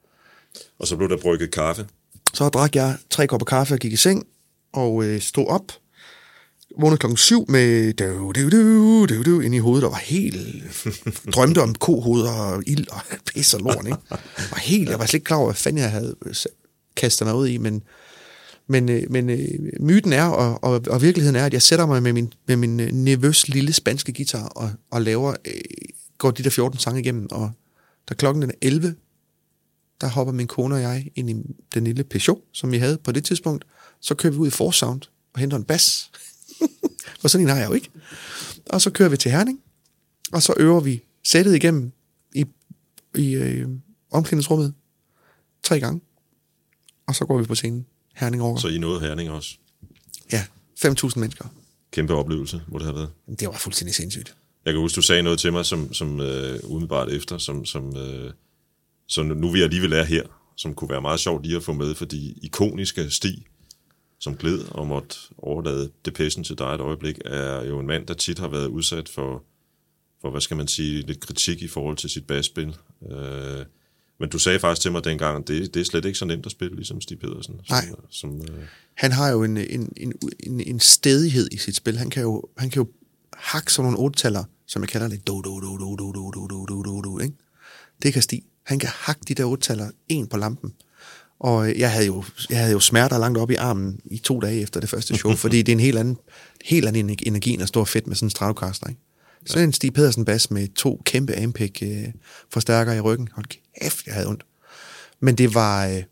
Og så blev der brygget kaffe. Så drak jeg tre kopper kaffe og gik i seng, og øh, stod op, vågnede klokken syv med du, du, du, du, du, ind i hovedet, og var helt, drømte om kohoveder og ild og pis og lort, ikke? Var helt, jeg var slet ikke klar over, hvad fanden jeg havde kastet mig ud i, men Men, men myten er, og, og, og virkeligheden er, at jeg sætter mig med min, med min nervøs lille spanske guitar og, og laver, øh, går de der fjorten sange igennem, og da klokken er elleve, der hopper min kone og jeg ind i den lille Peugeot, som vi havde på det tidspunkt. Så kører vi ud i Force Sound og henter en bas. For sådan en har jeg jo ikke. Og så kører vi til Herning, og så øver vi sættet igennem i, i øh, omklædningsrummet tre gange. Og så går vi på scenen. Herning Rocker. Så I nåede Herning også? Ja, fem tusind mennesker. Kæmpe oplevelse, må det have været. Det var fuldstændig sindssygt. Jeg kan huske, du sagde noget til mig, som, som uh, umiddelbart efter, som, som uh, så nu vi alligevel er her, som kunne være meget sjovt lige at få med, fordi ikoniske Stig, som gled og måtte overlade Depechen til dig et øjeblik, er jo en mand, der tit har været udsat for, for hvad skal man sige, lidt kritik i forhold til sit basspil. Uh, Men du sagde faktisk til mig dengang, det, det er slet ikke så nemt at spille, ligesom Stig Pedersen. Som, Nej. Som, øh... Han har jo en, en, en, en, en stedighed i sit spil. Han kan jo, han kan jo hakke sådan nogle otte-taller, som jeg kalder det, do, do, do, do, do, do, do, do, do, do, do, ikke? Det kan Stig. Han kan hakke de der otte-taller en på lampen. Og jeg havde jo, jeg havde jo smerter langt op i armen i to dage efter det første show, fordi det er en helt anden, helt anden energi, end at stå fedt med sådan en Stratocaster, ikke? Så en Stig Pedersen bas med to kæmpe Ampeg øh, forstærkere i ryggen. Hold kæft, jeg havde ondt. Men det var... Øh,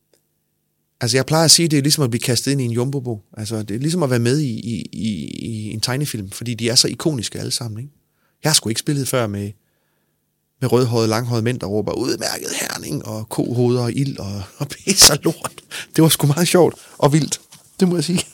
altså, jeg plejer at sige, det er ligesom at blive kastet ind i en jumbobo. Altså, det er ligesom at være med i, i, i, i en tegnefilm, fordi de er så ikoniske alle sammen, ikke? Jeg har sgu ikke spillet før med, med rødhårede, langhårede mænd, der råber udmærket Herning, og kohoveder og ild, og, og pis og lort. Det var sgu meget sjovt og vildt. Det må jeg sige.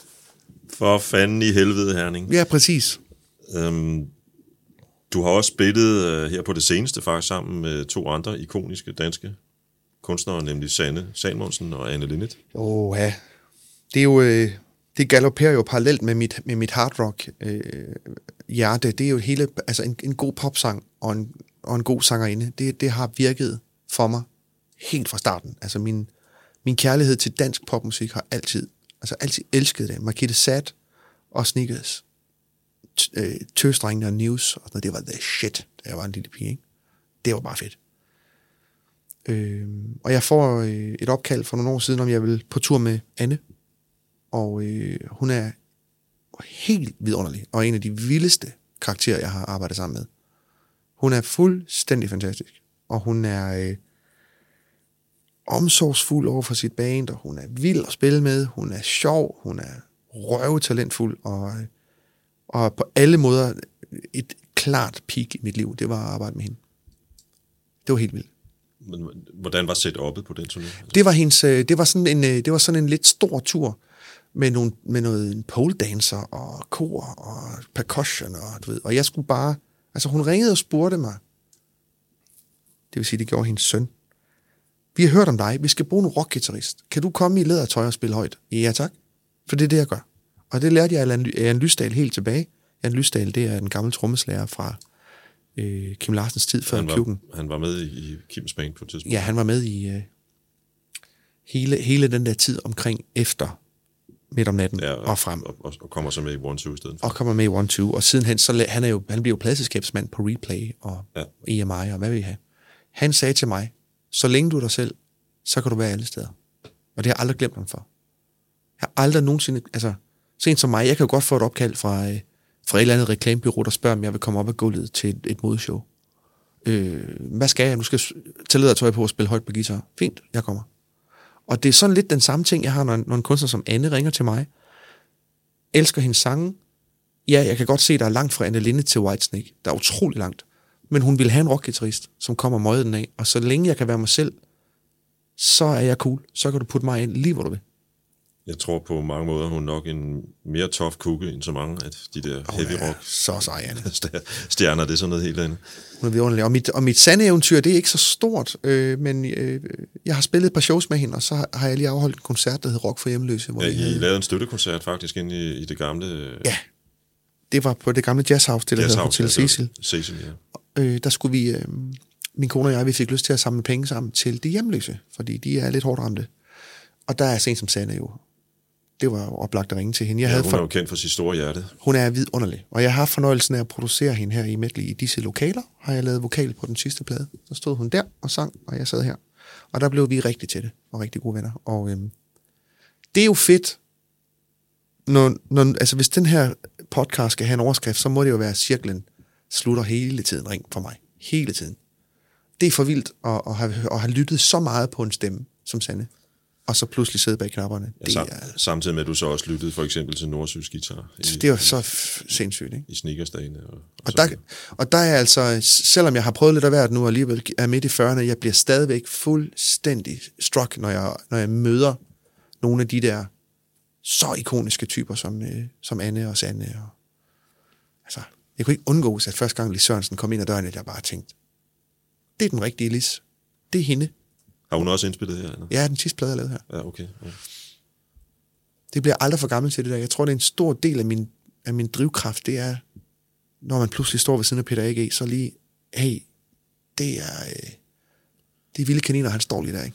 For fanden i helvede, Herning. Ja, præcis. Øhm, du har også spillet uh, her på det seneste faktisk sammen med to andre ikoniske danske kunstnere, nemlig Sanne Salmonsen og Anne Linnet. Åh, ja. Det er jo... Øh, det galopperer jo parallelt med mit, med mit hard rock øh, hjerte. Det er jo hele... Altså, en, en god popsang og en, og en god sangerinde, det, det har virket for mig helt fra starten. Altså, min, min kærlighed til dansk popmusik har altid... Altså, altid elsket det. Markette Sat og Snickers. Tøsdrengene og News, og sådan, det var the shit, da jeg var en lille pige, ikke? Det var bare fedt. Øh, og jeg får øh, et opkald for nogle år siden, om jeg vil på tur med Anne, og øh, hun er helt vidunderlig, og en af de vildeste karakterer, jeg har arbejdet sammen med. Hun er fuldstændig fantastisk, og hun er øh, omsorgsfuld over for sit band, og hun er vild at spille med, hun er sjov, hun er røvetalentfuld, og øh, Og på alle måder et klart peak i mit liv, det var at arbejde med hende. Det var helt vildt. Men hvordan var setup'et på den turné? Det var hendes, det var sådan en, det var sådan en lidt stor tur med nogle, med noget en pole dancer og kor og percussion og du ved. Og jeg skulle bare, altså hun ringede og spurgte mig. Det vil sige, det gjorde hendes søn. Vi har hørt om dig. Vi skal bruge en rockgitarrist. Kan du komme i lædertøj og spille højt? Ja tak. For det er det jeg gør. Og det lærte jeg af Jan Lysdal helt tilbage. Jan Lysdal, det er den gamle trommeslager fra øh, Kim Larsens tid før Kjuken. Han var med i Kims band på et tidspunkt. Ja, han var med i øh, hele, hele den der tid omkring efter midt om natten ja, og, og frem. Og, og, og kommer så med i One Two i stedet for. Og kommer med i One Two. Og sidenhen, så han, er jo, han bliver jo pladselskabsmand på Replay og ja. E M I og hvad vil I have. Han sagde til mig, så længe du er dig selv, så kan du være alle steder. Og det har jeg aldrig glemt ham for. Jeg har aldrig nogensinde, altså sent som mig, jeg kan jo godt få et opkald fra, øh, fra et eller andet reklamebureau, der spørger, om jeg vil komme op af gulvet til et, et modeshow. Øh, hvad skal jeg? Nu skal jeg tage lædertøj på og spille højt på guitar. Fint, jeg kommer. Og det er sådan lidt den samme ting, jeg har, når en, når en kunstner som Anne ringer til mig. Elsker hendes sange. Ja, jeg kan godt se, der er langt fra Anne Linnet til Whitesnake. Der er utrolig langt. Men hun vil have en rockgitarrist, som kommer og møder den af. Og så længe jeg kan være mig selv, så er jeg cool. Så kan du putte mig ind lige, hvor du vil. Jeg tror på mange måder, hun er nok en mere tough cookie end så mange af de der oh, heavy rock. Så sej, Anne. Stjerner, det er sådan noget helt andet. Hun er vidunderlig. Og mit, og mit sande eventyr, det er ikke så stort, øh, men øh, jeg har spillet et par shows med hende, og så har jeg lige afholdt en koncert, der hed Rock for Hjemløse. Hvor ja, I havde... lavede en støttekoncert faktisk inde i, i det gamle... Ja, det var på det gamle jazzhouse, det der hedder Hotel Cecil. Cecil, ja. Øh, der skulle vi, øh, min kone og jeg, vi fik lyst til at samle penge sammen til de hjemløse, fordi de er lidt hårdt ramte. Og der er sådan som Sanne jo. Det var oplagt at ringe til hende. Jeg ja, havde hun for... er jo kendt for sit store hjerte. Hun er vidunderlig. Og jeg har fornøjelsen af at producere hende her i Medley. I disse lokaler har jeg lavet vokal på den sidste plade. Så stod hun der og sang, og jeg sad her. Og der blev vi rigtig til det, og rigtig gode venner. Og øhm, det er jo fedt, når, når, altså hvis den her podcast skal have en overskrift, så må det jo være, at cirklen slutter hele tiden ring for mig. Hele tiden. Det er for vildt at, at, have, at have lyttet så meget på en stemme som Sanne. Og så pludselig sidde bag knapperne. Ja, sam- er... Samtidig med, at du så også lyttede for eksempel til Nordsjøs guitar. I, det var så f- sindssygt, ikke? I sneakersdagene. Og, og, og, der, og der er altså, selvom jeg har prøvet lidt af hvert nu, og alligevel er midt i fyrrerne, jeg bliver stadigvæk fuldstændig struck, når jeg, når jeg møder nogle af de der så ikoniske typer, som, øh, som Anne og Sanne. Og, altså, jeg kunne ikke undgå, at første gang Lis Sørensen kom ind ad døren, at jeg bare tænkte, det er den rigtige Lis. Det er hende. Har hun også indspillet her? Eller? Ja, den sidste plade, jeg lavede her. Ja, okay. Ja. Det bliver aldrig for gammel til det der. Jeg tror, det er en stor del af min, af min drivkraft, det er, når man pludselig står ved siden af Peter A G, så lige, hey, det er, øh, det er vilde kaniner, han står lige der,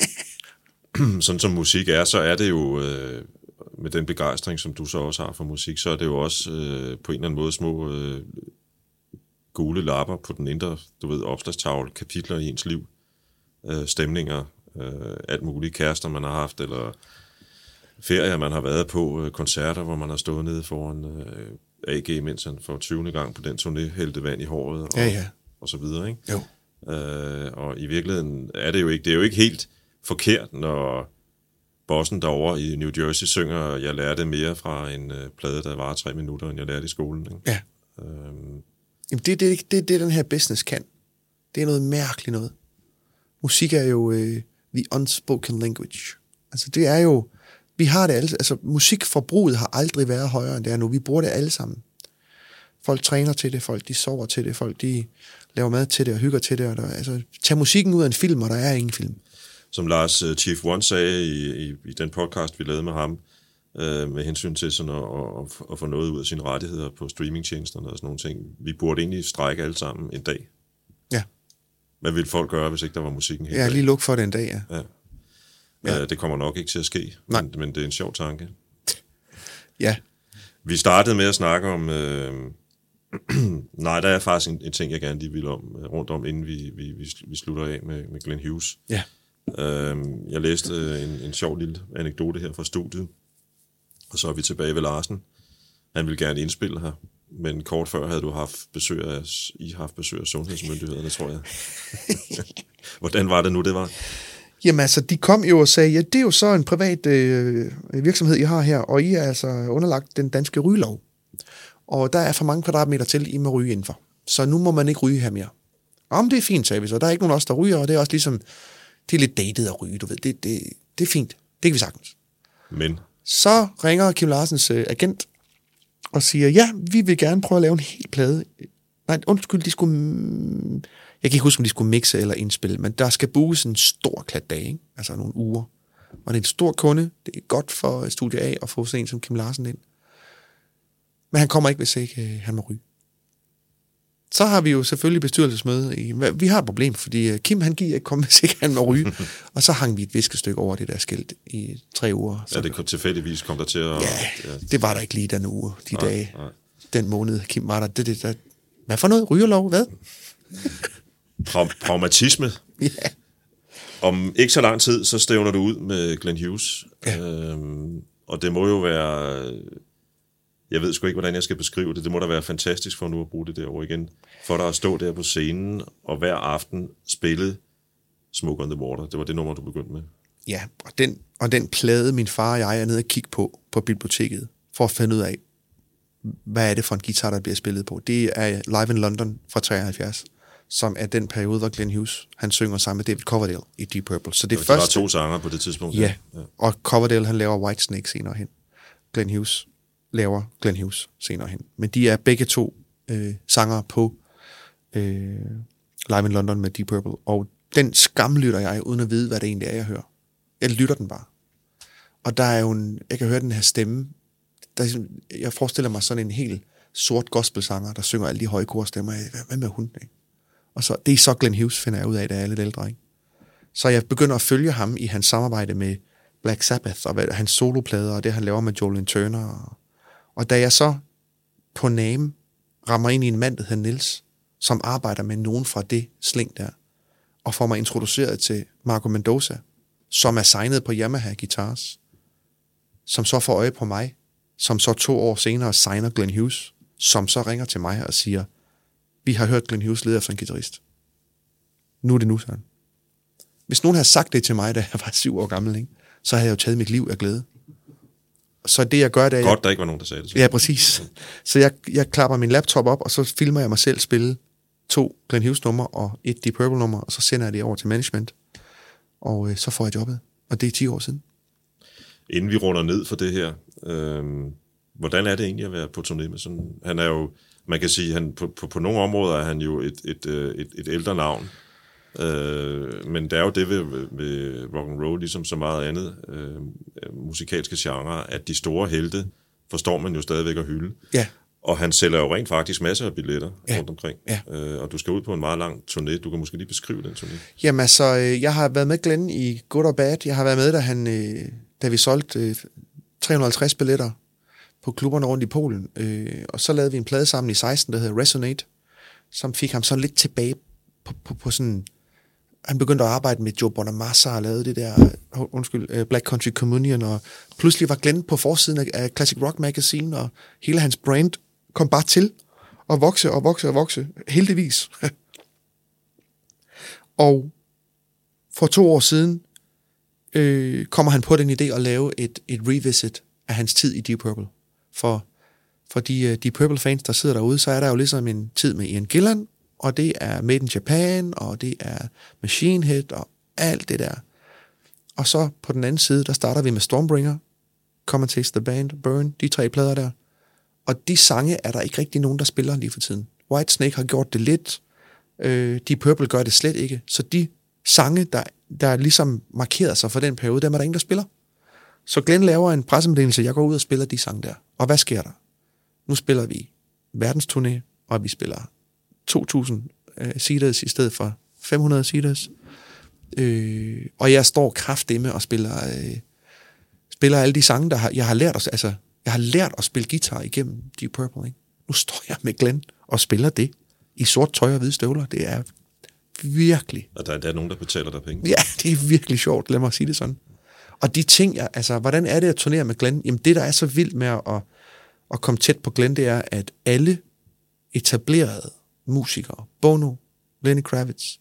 ikke? Sådan som musik er, så er det jo, øh, med den begejstring, som du så også har for musik, så er det jo også øh, på en eller anden måde små øh, gule lapper på den indre, du ved, opslagstavle, kapitler i ens liv. Øh, stemninger, øh, alt muligt, kærester man har haft, eller ferier man har været på, øh, koncerter, hvor man har stået nede foran øh, A G, mens han for tyvende gang på den turné hældte vand i håret, og, ja, ja. og så videre, ikke? Jo. Øh, og i virkeligheden er det jo ikke, det er jo ikke helt forkert, når bossen derovre i New Jersey synger, jeg lærte mere fra en øh, plade, der var tre minutter, end jeg lærte i skolen, ikke? Ja. Øhm. Jamen, det er det, det, det, den her business kan. Det er noget mærkeligt noget. Musik er jo øh, the unspoken language. Altså det er jo, vi har det alle, altså musikforbruget har aldrig været højere end det er nu. Vi bruger det alle sammen. Folk træner til det, folk de sover til det, folk de laver mad til det og hygger til det. Og der, altså, tag musikken ud af en film, og der er ingen film. som Lars uh, Chief One sagde i, i, i den podcast, vi lavede med ham, uh, med hensyn til sådan at, at, at få noget ud af sine rettigheder på streamingtjenesterne og sådan nogle ting. Vi burde egentlig strække alle sammen en dag. Ja. Hvad ville folk gøre, hvis ikke der var musikken hele Ja, dagen? lige luk for det en dag, ja. Ja. Ja. Uh, det kommer nok ikke til at ske, men, men det er en sjov tanke. Ja. Vi startede med at snakke om... Øh, nej, der er faktisk en, en ting, jeg gerne lige vil om, rundt om, inden vi, vi, vi, vi slutter af med, med Glenn Hughes. Ja. Øh, jeg læste en, en sjov lille anekdote her fra studiet, og så er vi tilbage ved Larsen. Han ville gerne indspille her, men kort før havde du haft besøg af, I haft besøg af sundhedsmyndighederne, tror jeg. Hvordan var det nu, det var? Jamen altså, de kom jo og sagde, ja, det er jo så en privat øh, virksomhed, I har her, og I er altså underlagt den danske rygelov. Og der er for mange kvadratmeter til, I må ryge indenfor. Så nu må man ikke ryge her mere. Om det er fint, sagde vi så. Der er ikke nogen af os, der ryger, og det er også ligesom, det er lidt datet at ryge, du ved. Det, det, det er fint. Det kan vi sagtens. Men? Så ringer Kim Larsens øh, agent og siger, ja, vi vil gerne prøve at lave en hel plade. Nej, undskyld, de skulle... Jeg kan ikke huske, om de skulle mixe eller indspille, men der skal bookes en stor klat dag, ikke? Altså nogle uger. Og det er en stor kunde. Det er godt for Studie A at få sådan en som Kim Larsen ind. Men han kommer ikke, hvis ikke øh, han må ryge. Så har vi jo selvfølgelig bestyrelsesmøde. I, vi har et problem, fordi øh, Kim han giver ikke komme, hvis ikke han må ryge. Og så hang vi et viskestykke over det der skilt i tre uger. Så ja, det kom tilfældigvis kom der til at... Ja, ja, det var der ikke lige den uge, de nej, dage. Nej. Den måned, Kim var der. Det, det, der. Hvad for noget? Rygerlov? Hvad? Pra- pragmatisme. Ja. Om ikke så lang tid, så stævner du ud med Glenn Hughes. Ja. Øhm, og det må jo være... Jeg ved sgu ikke, hvordan jeg skal beskrive det. Det må da være fantastisk for nu at bruge det derovre igen. For dig at stå der på scenen og hver aften spille Smoke on the Water. Det var det nummer, du begyndte med. Ja, og den, og den plade, min far og jeg er nede og kigge på, på biblioteket, for at finde ud af, hvad er det for en guitar, der bliver spillet på. Det er Live in London fra treoghalvfjerds, som er den periode, hvor Glenn Hughes, han synger sammen med David Coverdale i Deep Purple. Så det, det første, var to sanger på det tidspunkt. Ja, ja, og Coverdale, han laver Whitesnake senere hen. Glenn Hughes laver Glenn Hughes senere hen. Men de er begge to øh, sanger på øh, Live in London med Deep Purple, og den skamlytter jeg, uden at vide, hvad det egentlig er, jeg hører. Jeg lytter den bare. Og der er jo en, jeg kan høre den her stemme, der, jeg forestiller mig sådan en helt sort gospelsanger, der synger alle de høje korstemmer. Hvad med hun? Ikke? Og så, det er så Glenn Hughes, finder jeg ud af, da jeg er lidt ældre. Ikke? Så jeg begynder at følge ham i hans samarbejde med Black Sabbath, og hvad, hans soloplader, og det han laver med Jolene Turner. Og, og da jeg så på name rammer ind i en mand, der hedder Niels, som arbejder med nogen fra det sling der, og får mig introduceret til Marco Mendoza, som er signet på Yamaha Guitars, som så får øje på mig, som så to år senere signer Glenn Hughes, som så ringer til mig og siger, vi har hørt Glenn Hughes lede efter en guitarist. Nu er det nu, sådan. Hvis nogen havde sagt det til mig, da jeg var syv år gammel, ikke, så havde jeg jo taget mit liv af glæde. Så det jeg gør, det er... Godt, der ikke var nogen, der sagde det. Ja, præcis. Så jeg, jeg klapper min laptop op, og så filmer jeg mig selv spille to Glenn Hughes nummer og et Deep Purple nummer, og så sender jeg det over til management, og øh, så får jeg jobbet. Og det er ti år siden. Inden vi runder ned for det her, øh, hvordan er det egentlig at være på turné med sådan... Han er jo, man kan sige, han, på, på, på nogle områder er han jo et, et, et, et ældre navn. Øh, men det er jo det ved, ved rock and roll, ligesom så meget andet øh, musikalske genre, at de store helte forstår man jo stadigvæk at hylde. Ja. Og han sælger jo rent faktisk masser af billetter ja. rundt omkring. Ja. Øh, og du skal ud på en meget lang turné. Du kan måske lige beskrive den turné. Jamen altså, jeg har været med Glenn i Good or Bad. Jeg har været med, da, han, da vi solgte tre hundrede og halvtreds billetter på klubberne rundt i Polen. Og så lavede vi en plade sammen i seksten, der hedder Resonate, som fik ham så lidt tilbage på, på, på sådan... Han begyndte at arbejde med Joe Bonamassa og lavede det der, undskyld, Black Country Communion, og pludselig var Glenn på forsiden af Classic Rock Magazine, og hele hans brand kom bare til at vokse og vokse og vokse, heldigvis. Og for to år siden øh, kommer han på den idé at lave et, et revisit af hans tid i Deep Purple. For, for de Deep Purple-fans, der sidder derude, så er der jo ligesom en tid med Ian Gillan, og det er Made in Japan, og det er Machine Head, og alt det der. Og så på den anden side, der starter vi med Stormbringer, Come and Taste the Band, Burn, de tre plader der. Og de sange er der ikke rigtig nogen, der spiller lige for tiden. Whitesnake har gjort det lidt, øh, Deep Purple gør det slet ikke. Så de sange, der der ligesom markerede sig for den periode, dem er der ingen, der spiller. Så Glenn laver en pressemeddelelse, jeg går ud og spiller de sange der. Og hvad sker der? Nu spiller vi verdensturné, og vi spiller to tusind uh, seaters i stedet for fem hundrede seaters. Øh, og jeg står kraftedeme og spiller, øh, spiller alle de sange, der har, jeg har lært os, altså, jeg har lært at spille guitar igennem Deep Purple, ikke? Nu står jeg med Glenn og spiller det i sort tøj og hvide støvler. Det er virkelig... Og der, der er nogen, der betaler dig penge. Ja, det er virkelig sjovt, lad mig sige det sådan. Og de ting, jeg, altså, hvordan er det at turnere med Glenn? Jamen, det, der er så vildt med at, at, at komme tæt på Glenn, det er, at alle etablerede musikere, Bono, Lenny Kravitz,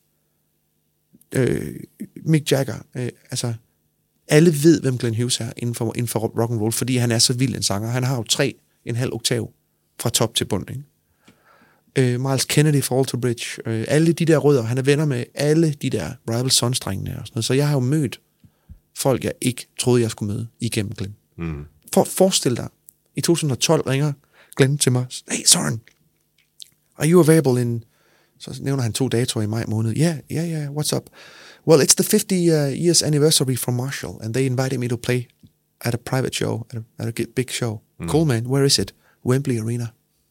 øh, Mick Jagger, øh, altså, alle ved, hvem Glenn Hughes er inden for, inden for rock and roll, fordi han er så vild en sanger. Han har jo tre en halv oktav fra top til bund, ikke? Øh, Miles Kennedy fra Alter Bridge, øh, alle de der rødder, han er venner med alle de der Rival Sons-drengene og sådan noget. Så jeg har jo mødt folk, jeg ikke troede, jeg skulle møde igennem Glenn. Mm. For, forestil dig, i to tusind og tolv ringer Glenn til mig, hey Søren, are you available in, så nævner han to datoer i maj måned, yeah, yeah, yeah, what's up? Well, it's the fifty uh, years anniversary from Marshall, and they invited me to play at a private show, at a, at a big show. Mm. Cool, man, where is it? Wembley Arena.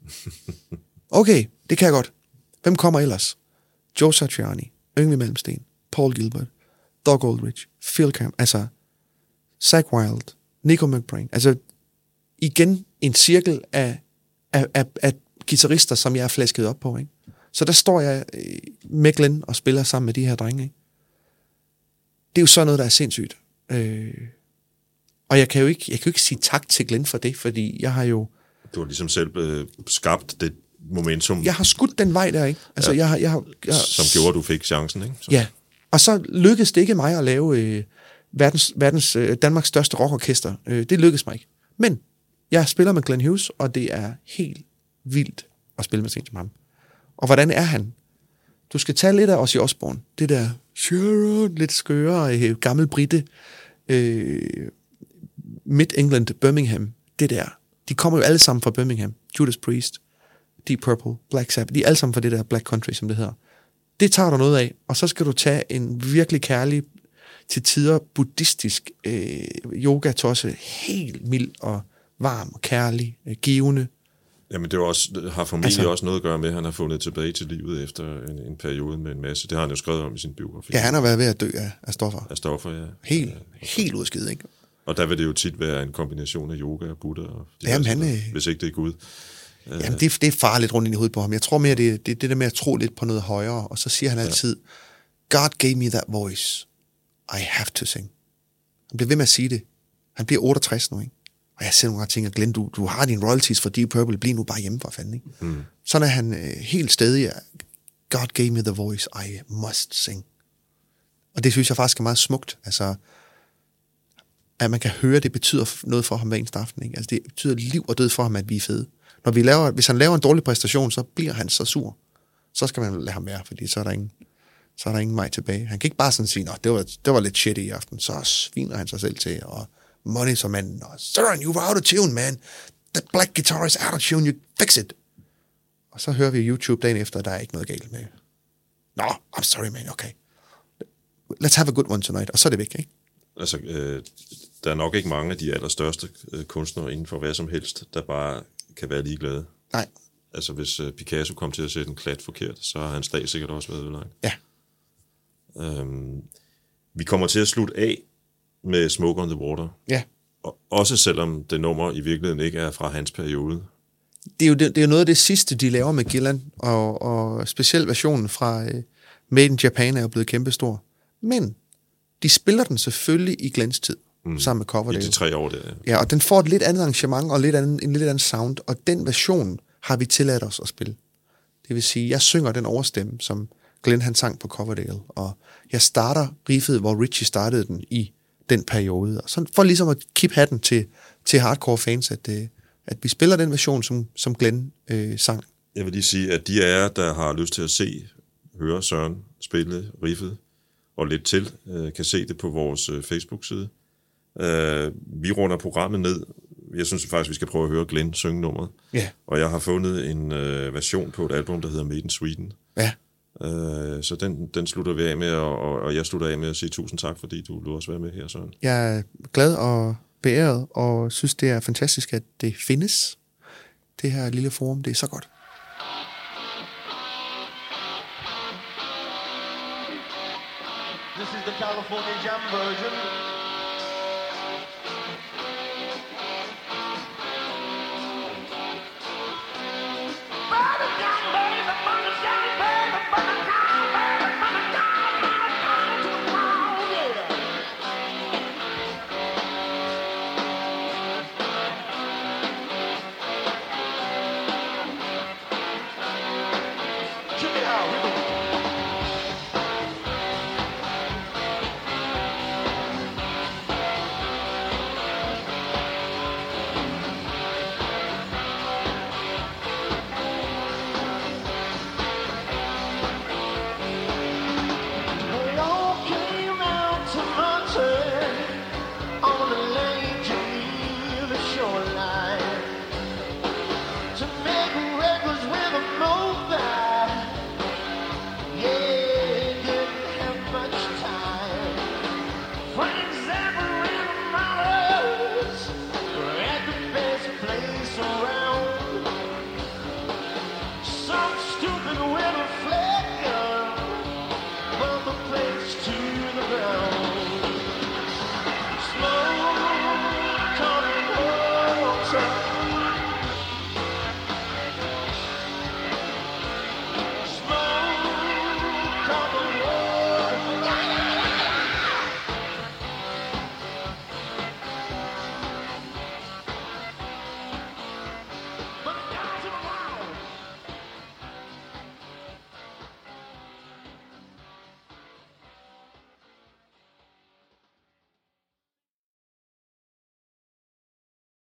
Okay, det kan jeg godt. Hvem kommer ellers? Joe Satriani, Yngwie Malmsteen, Paul Gilbert, Doug Aldrich, Phil Camp, altså Zakk Wylde, Nico McBrain. Altså igen en cirkel af, af, af, af guitarister, som jeg er flæsket op på, ikke? Så der står jeg med Glenn og spiller sammen med de her drenge, ikke? Det er jo sådan noget, der er sindssygt. Øh, og jeg kan jo ikke, jeg kan jo ikke sige tak til Glenn for det, fordi jeg har jo... Du har ligesom selv øh, skabt det momentum. Jeg har skudt den vej der, ikke? Altså, ja. jeg, har, jeg, har, jeg har, som gjorde, at du fik chancen, ikke? Så. Ja, og så lykkedes det ikke mig at lave øh, verdens, verdens, øh, Danmarks største rockorkester. Øh, det lykkedes mig ikke. Men jeg spiller med Glenn Hughes, og det er helt vildt at spille med sådan som ham. Og hvordan er han? Du skal tage lidt af Ozzy Osbourne. Det der Sharon, lidt skøre, øh, gammel britte, øh, Mid-England, Birmingham, det der. De kommer jo alle sammen fra Birmingham. Judas Priest, Deep Purple, Black Sabbath. De er alle sammen fra det der Black Country, som det hedder. Det tager du noget af, og så skal du tage en virkelig kærlig, til tider buddhistisk øh, yoga-tosse, helt mild og varm og kærlig, øh, givende. Jamen det er også, har formentlig altså, også noget at gøre med, at han har fundet tilbage til livet efter en, en periode med en masse. Det har han jo skrevet om i sin biografi. Ja, han har været ved at dø af, af stoffer. Af stoffer, ja. Helt, ja, helt udskidt, ikke? Og der vil det jo tit være en kombination af yoga og Buddha. Og Jamen, han, der, hvis ikke det er Gud. Jamen, det, det er farligt rundt ind i hovedet på ham. Jeg tror mere, det, det, det der med at tro lidt på noget højere, og så siger han altid, God gave me that voice. I have to sing. Han bliver ved med at sige det. Han bliver otteogtres nu, ikke? Og jeg ser nogle gange tænker, Glenn, du, du har din royalties for Deep Purple, bliv nu bare hjemme for fanden, ikke? Mm. Sådan er han øh, helt stedig. God gave me the voice, I must sing. Og det synes jeg faktisk er meget smukt. Altså, at man kan høre, det betyder noget for ham hver eneste aften, ikke? Altså, det betyder liv og død for ham, at vi er fede. Når vi laver, hvis han laver en dårlig præstation, så bliver han så sur. Så skal man lade ham være, fordi så er der ingen, så er der ingen vej tilbage. Han kan ikke bare sådan sige, nå, det var, det var lidt shit i aften. Så sviner han sig selv til, og money som manden, og Søren, you were out of tune, man. That black guitar is out of tune, you fix it. Og så hører vi YouTube dagen efter, der er ikke noget galt med. Nå, I'm sorry, man, okay. Let's have a good one tonight. Og så er det væk, ikke? Altså, øh, der er nok ikke mange af de allerstørste øh, kunstnere inden for hvad som helst, der bare kan være ligeglade. Nej. Altså, hvis øh, Picasso kom til at sætte en klat forkert, så har hans dag sikkert også været ødelagt. Ja. Øhm, vi kommer til at slutte af med Smoke on the Water. Ja. Og også selvom det nummer i virkeligheden ikke er fra hans periode. Det er jo, det, det er jo noget af det sidste, de laver med Gillan, og, og specielt versionen fra uh, Made in Japan er jo blevet kæmpestor. Men de spiller den selvfølgelig i Glens tid, mm. sammen med Coverdale. I de tre år der. Ja. Ja, og den får et lidt andet arrangement og lidt anden, en lidt anden sound, og den version har vi tilladt os at spille. Det vil sige, jeg synger den overstemme, som Glenn han sang på Coverdale, og jeg starter riffet, hvor Richie startede den i den periode, og så for ligesom at keep hatten til, til hardcore fans, at, at vi spiller den version, som, som Glenn øh, sang. Jeg vil lige sige, at de af jer, der har lyst til at se, høre Søren spille riffet, og lidt til, øh, kan se det på vores øh, Facebook-side. Øh, vi runder programmet ned. Jeg synes faktisk, vi skal prøve at høre Glenn synge nummeret. Ja. Og jeg har fundet en øh, version på et album, der hedder Made in Sweden. Ja. Øh, så den, den slutter vi af med, og, og jeg slutter af med at sige tusind tak, fordi du vil også være med her, Søren. Jeg er glad og beæret, og synes, det er fantastisk, at det findes. Det her lille forum, det er så godt. This is the California Jam version.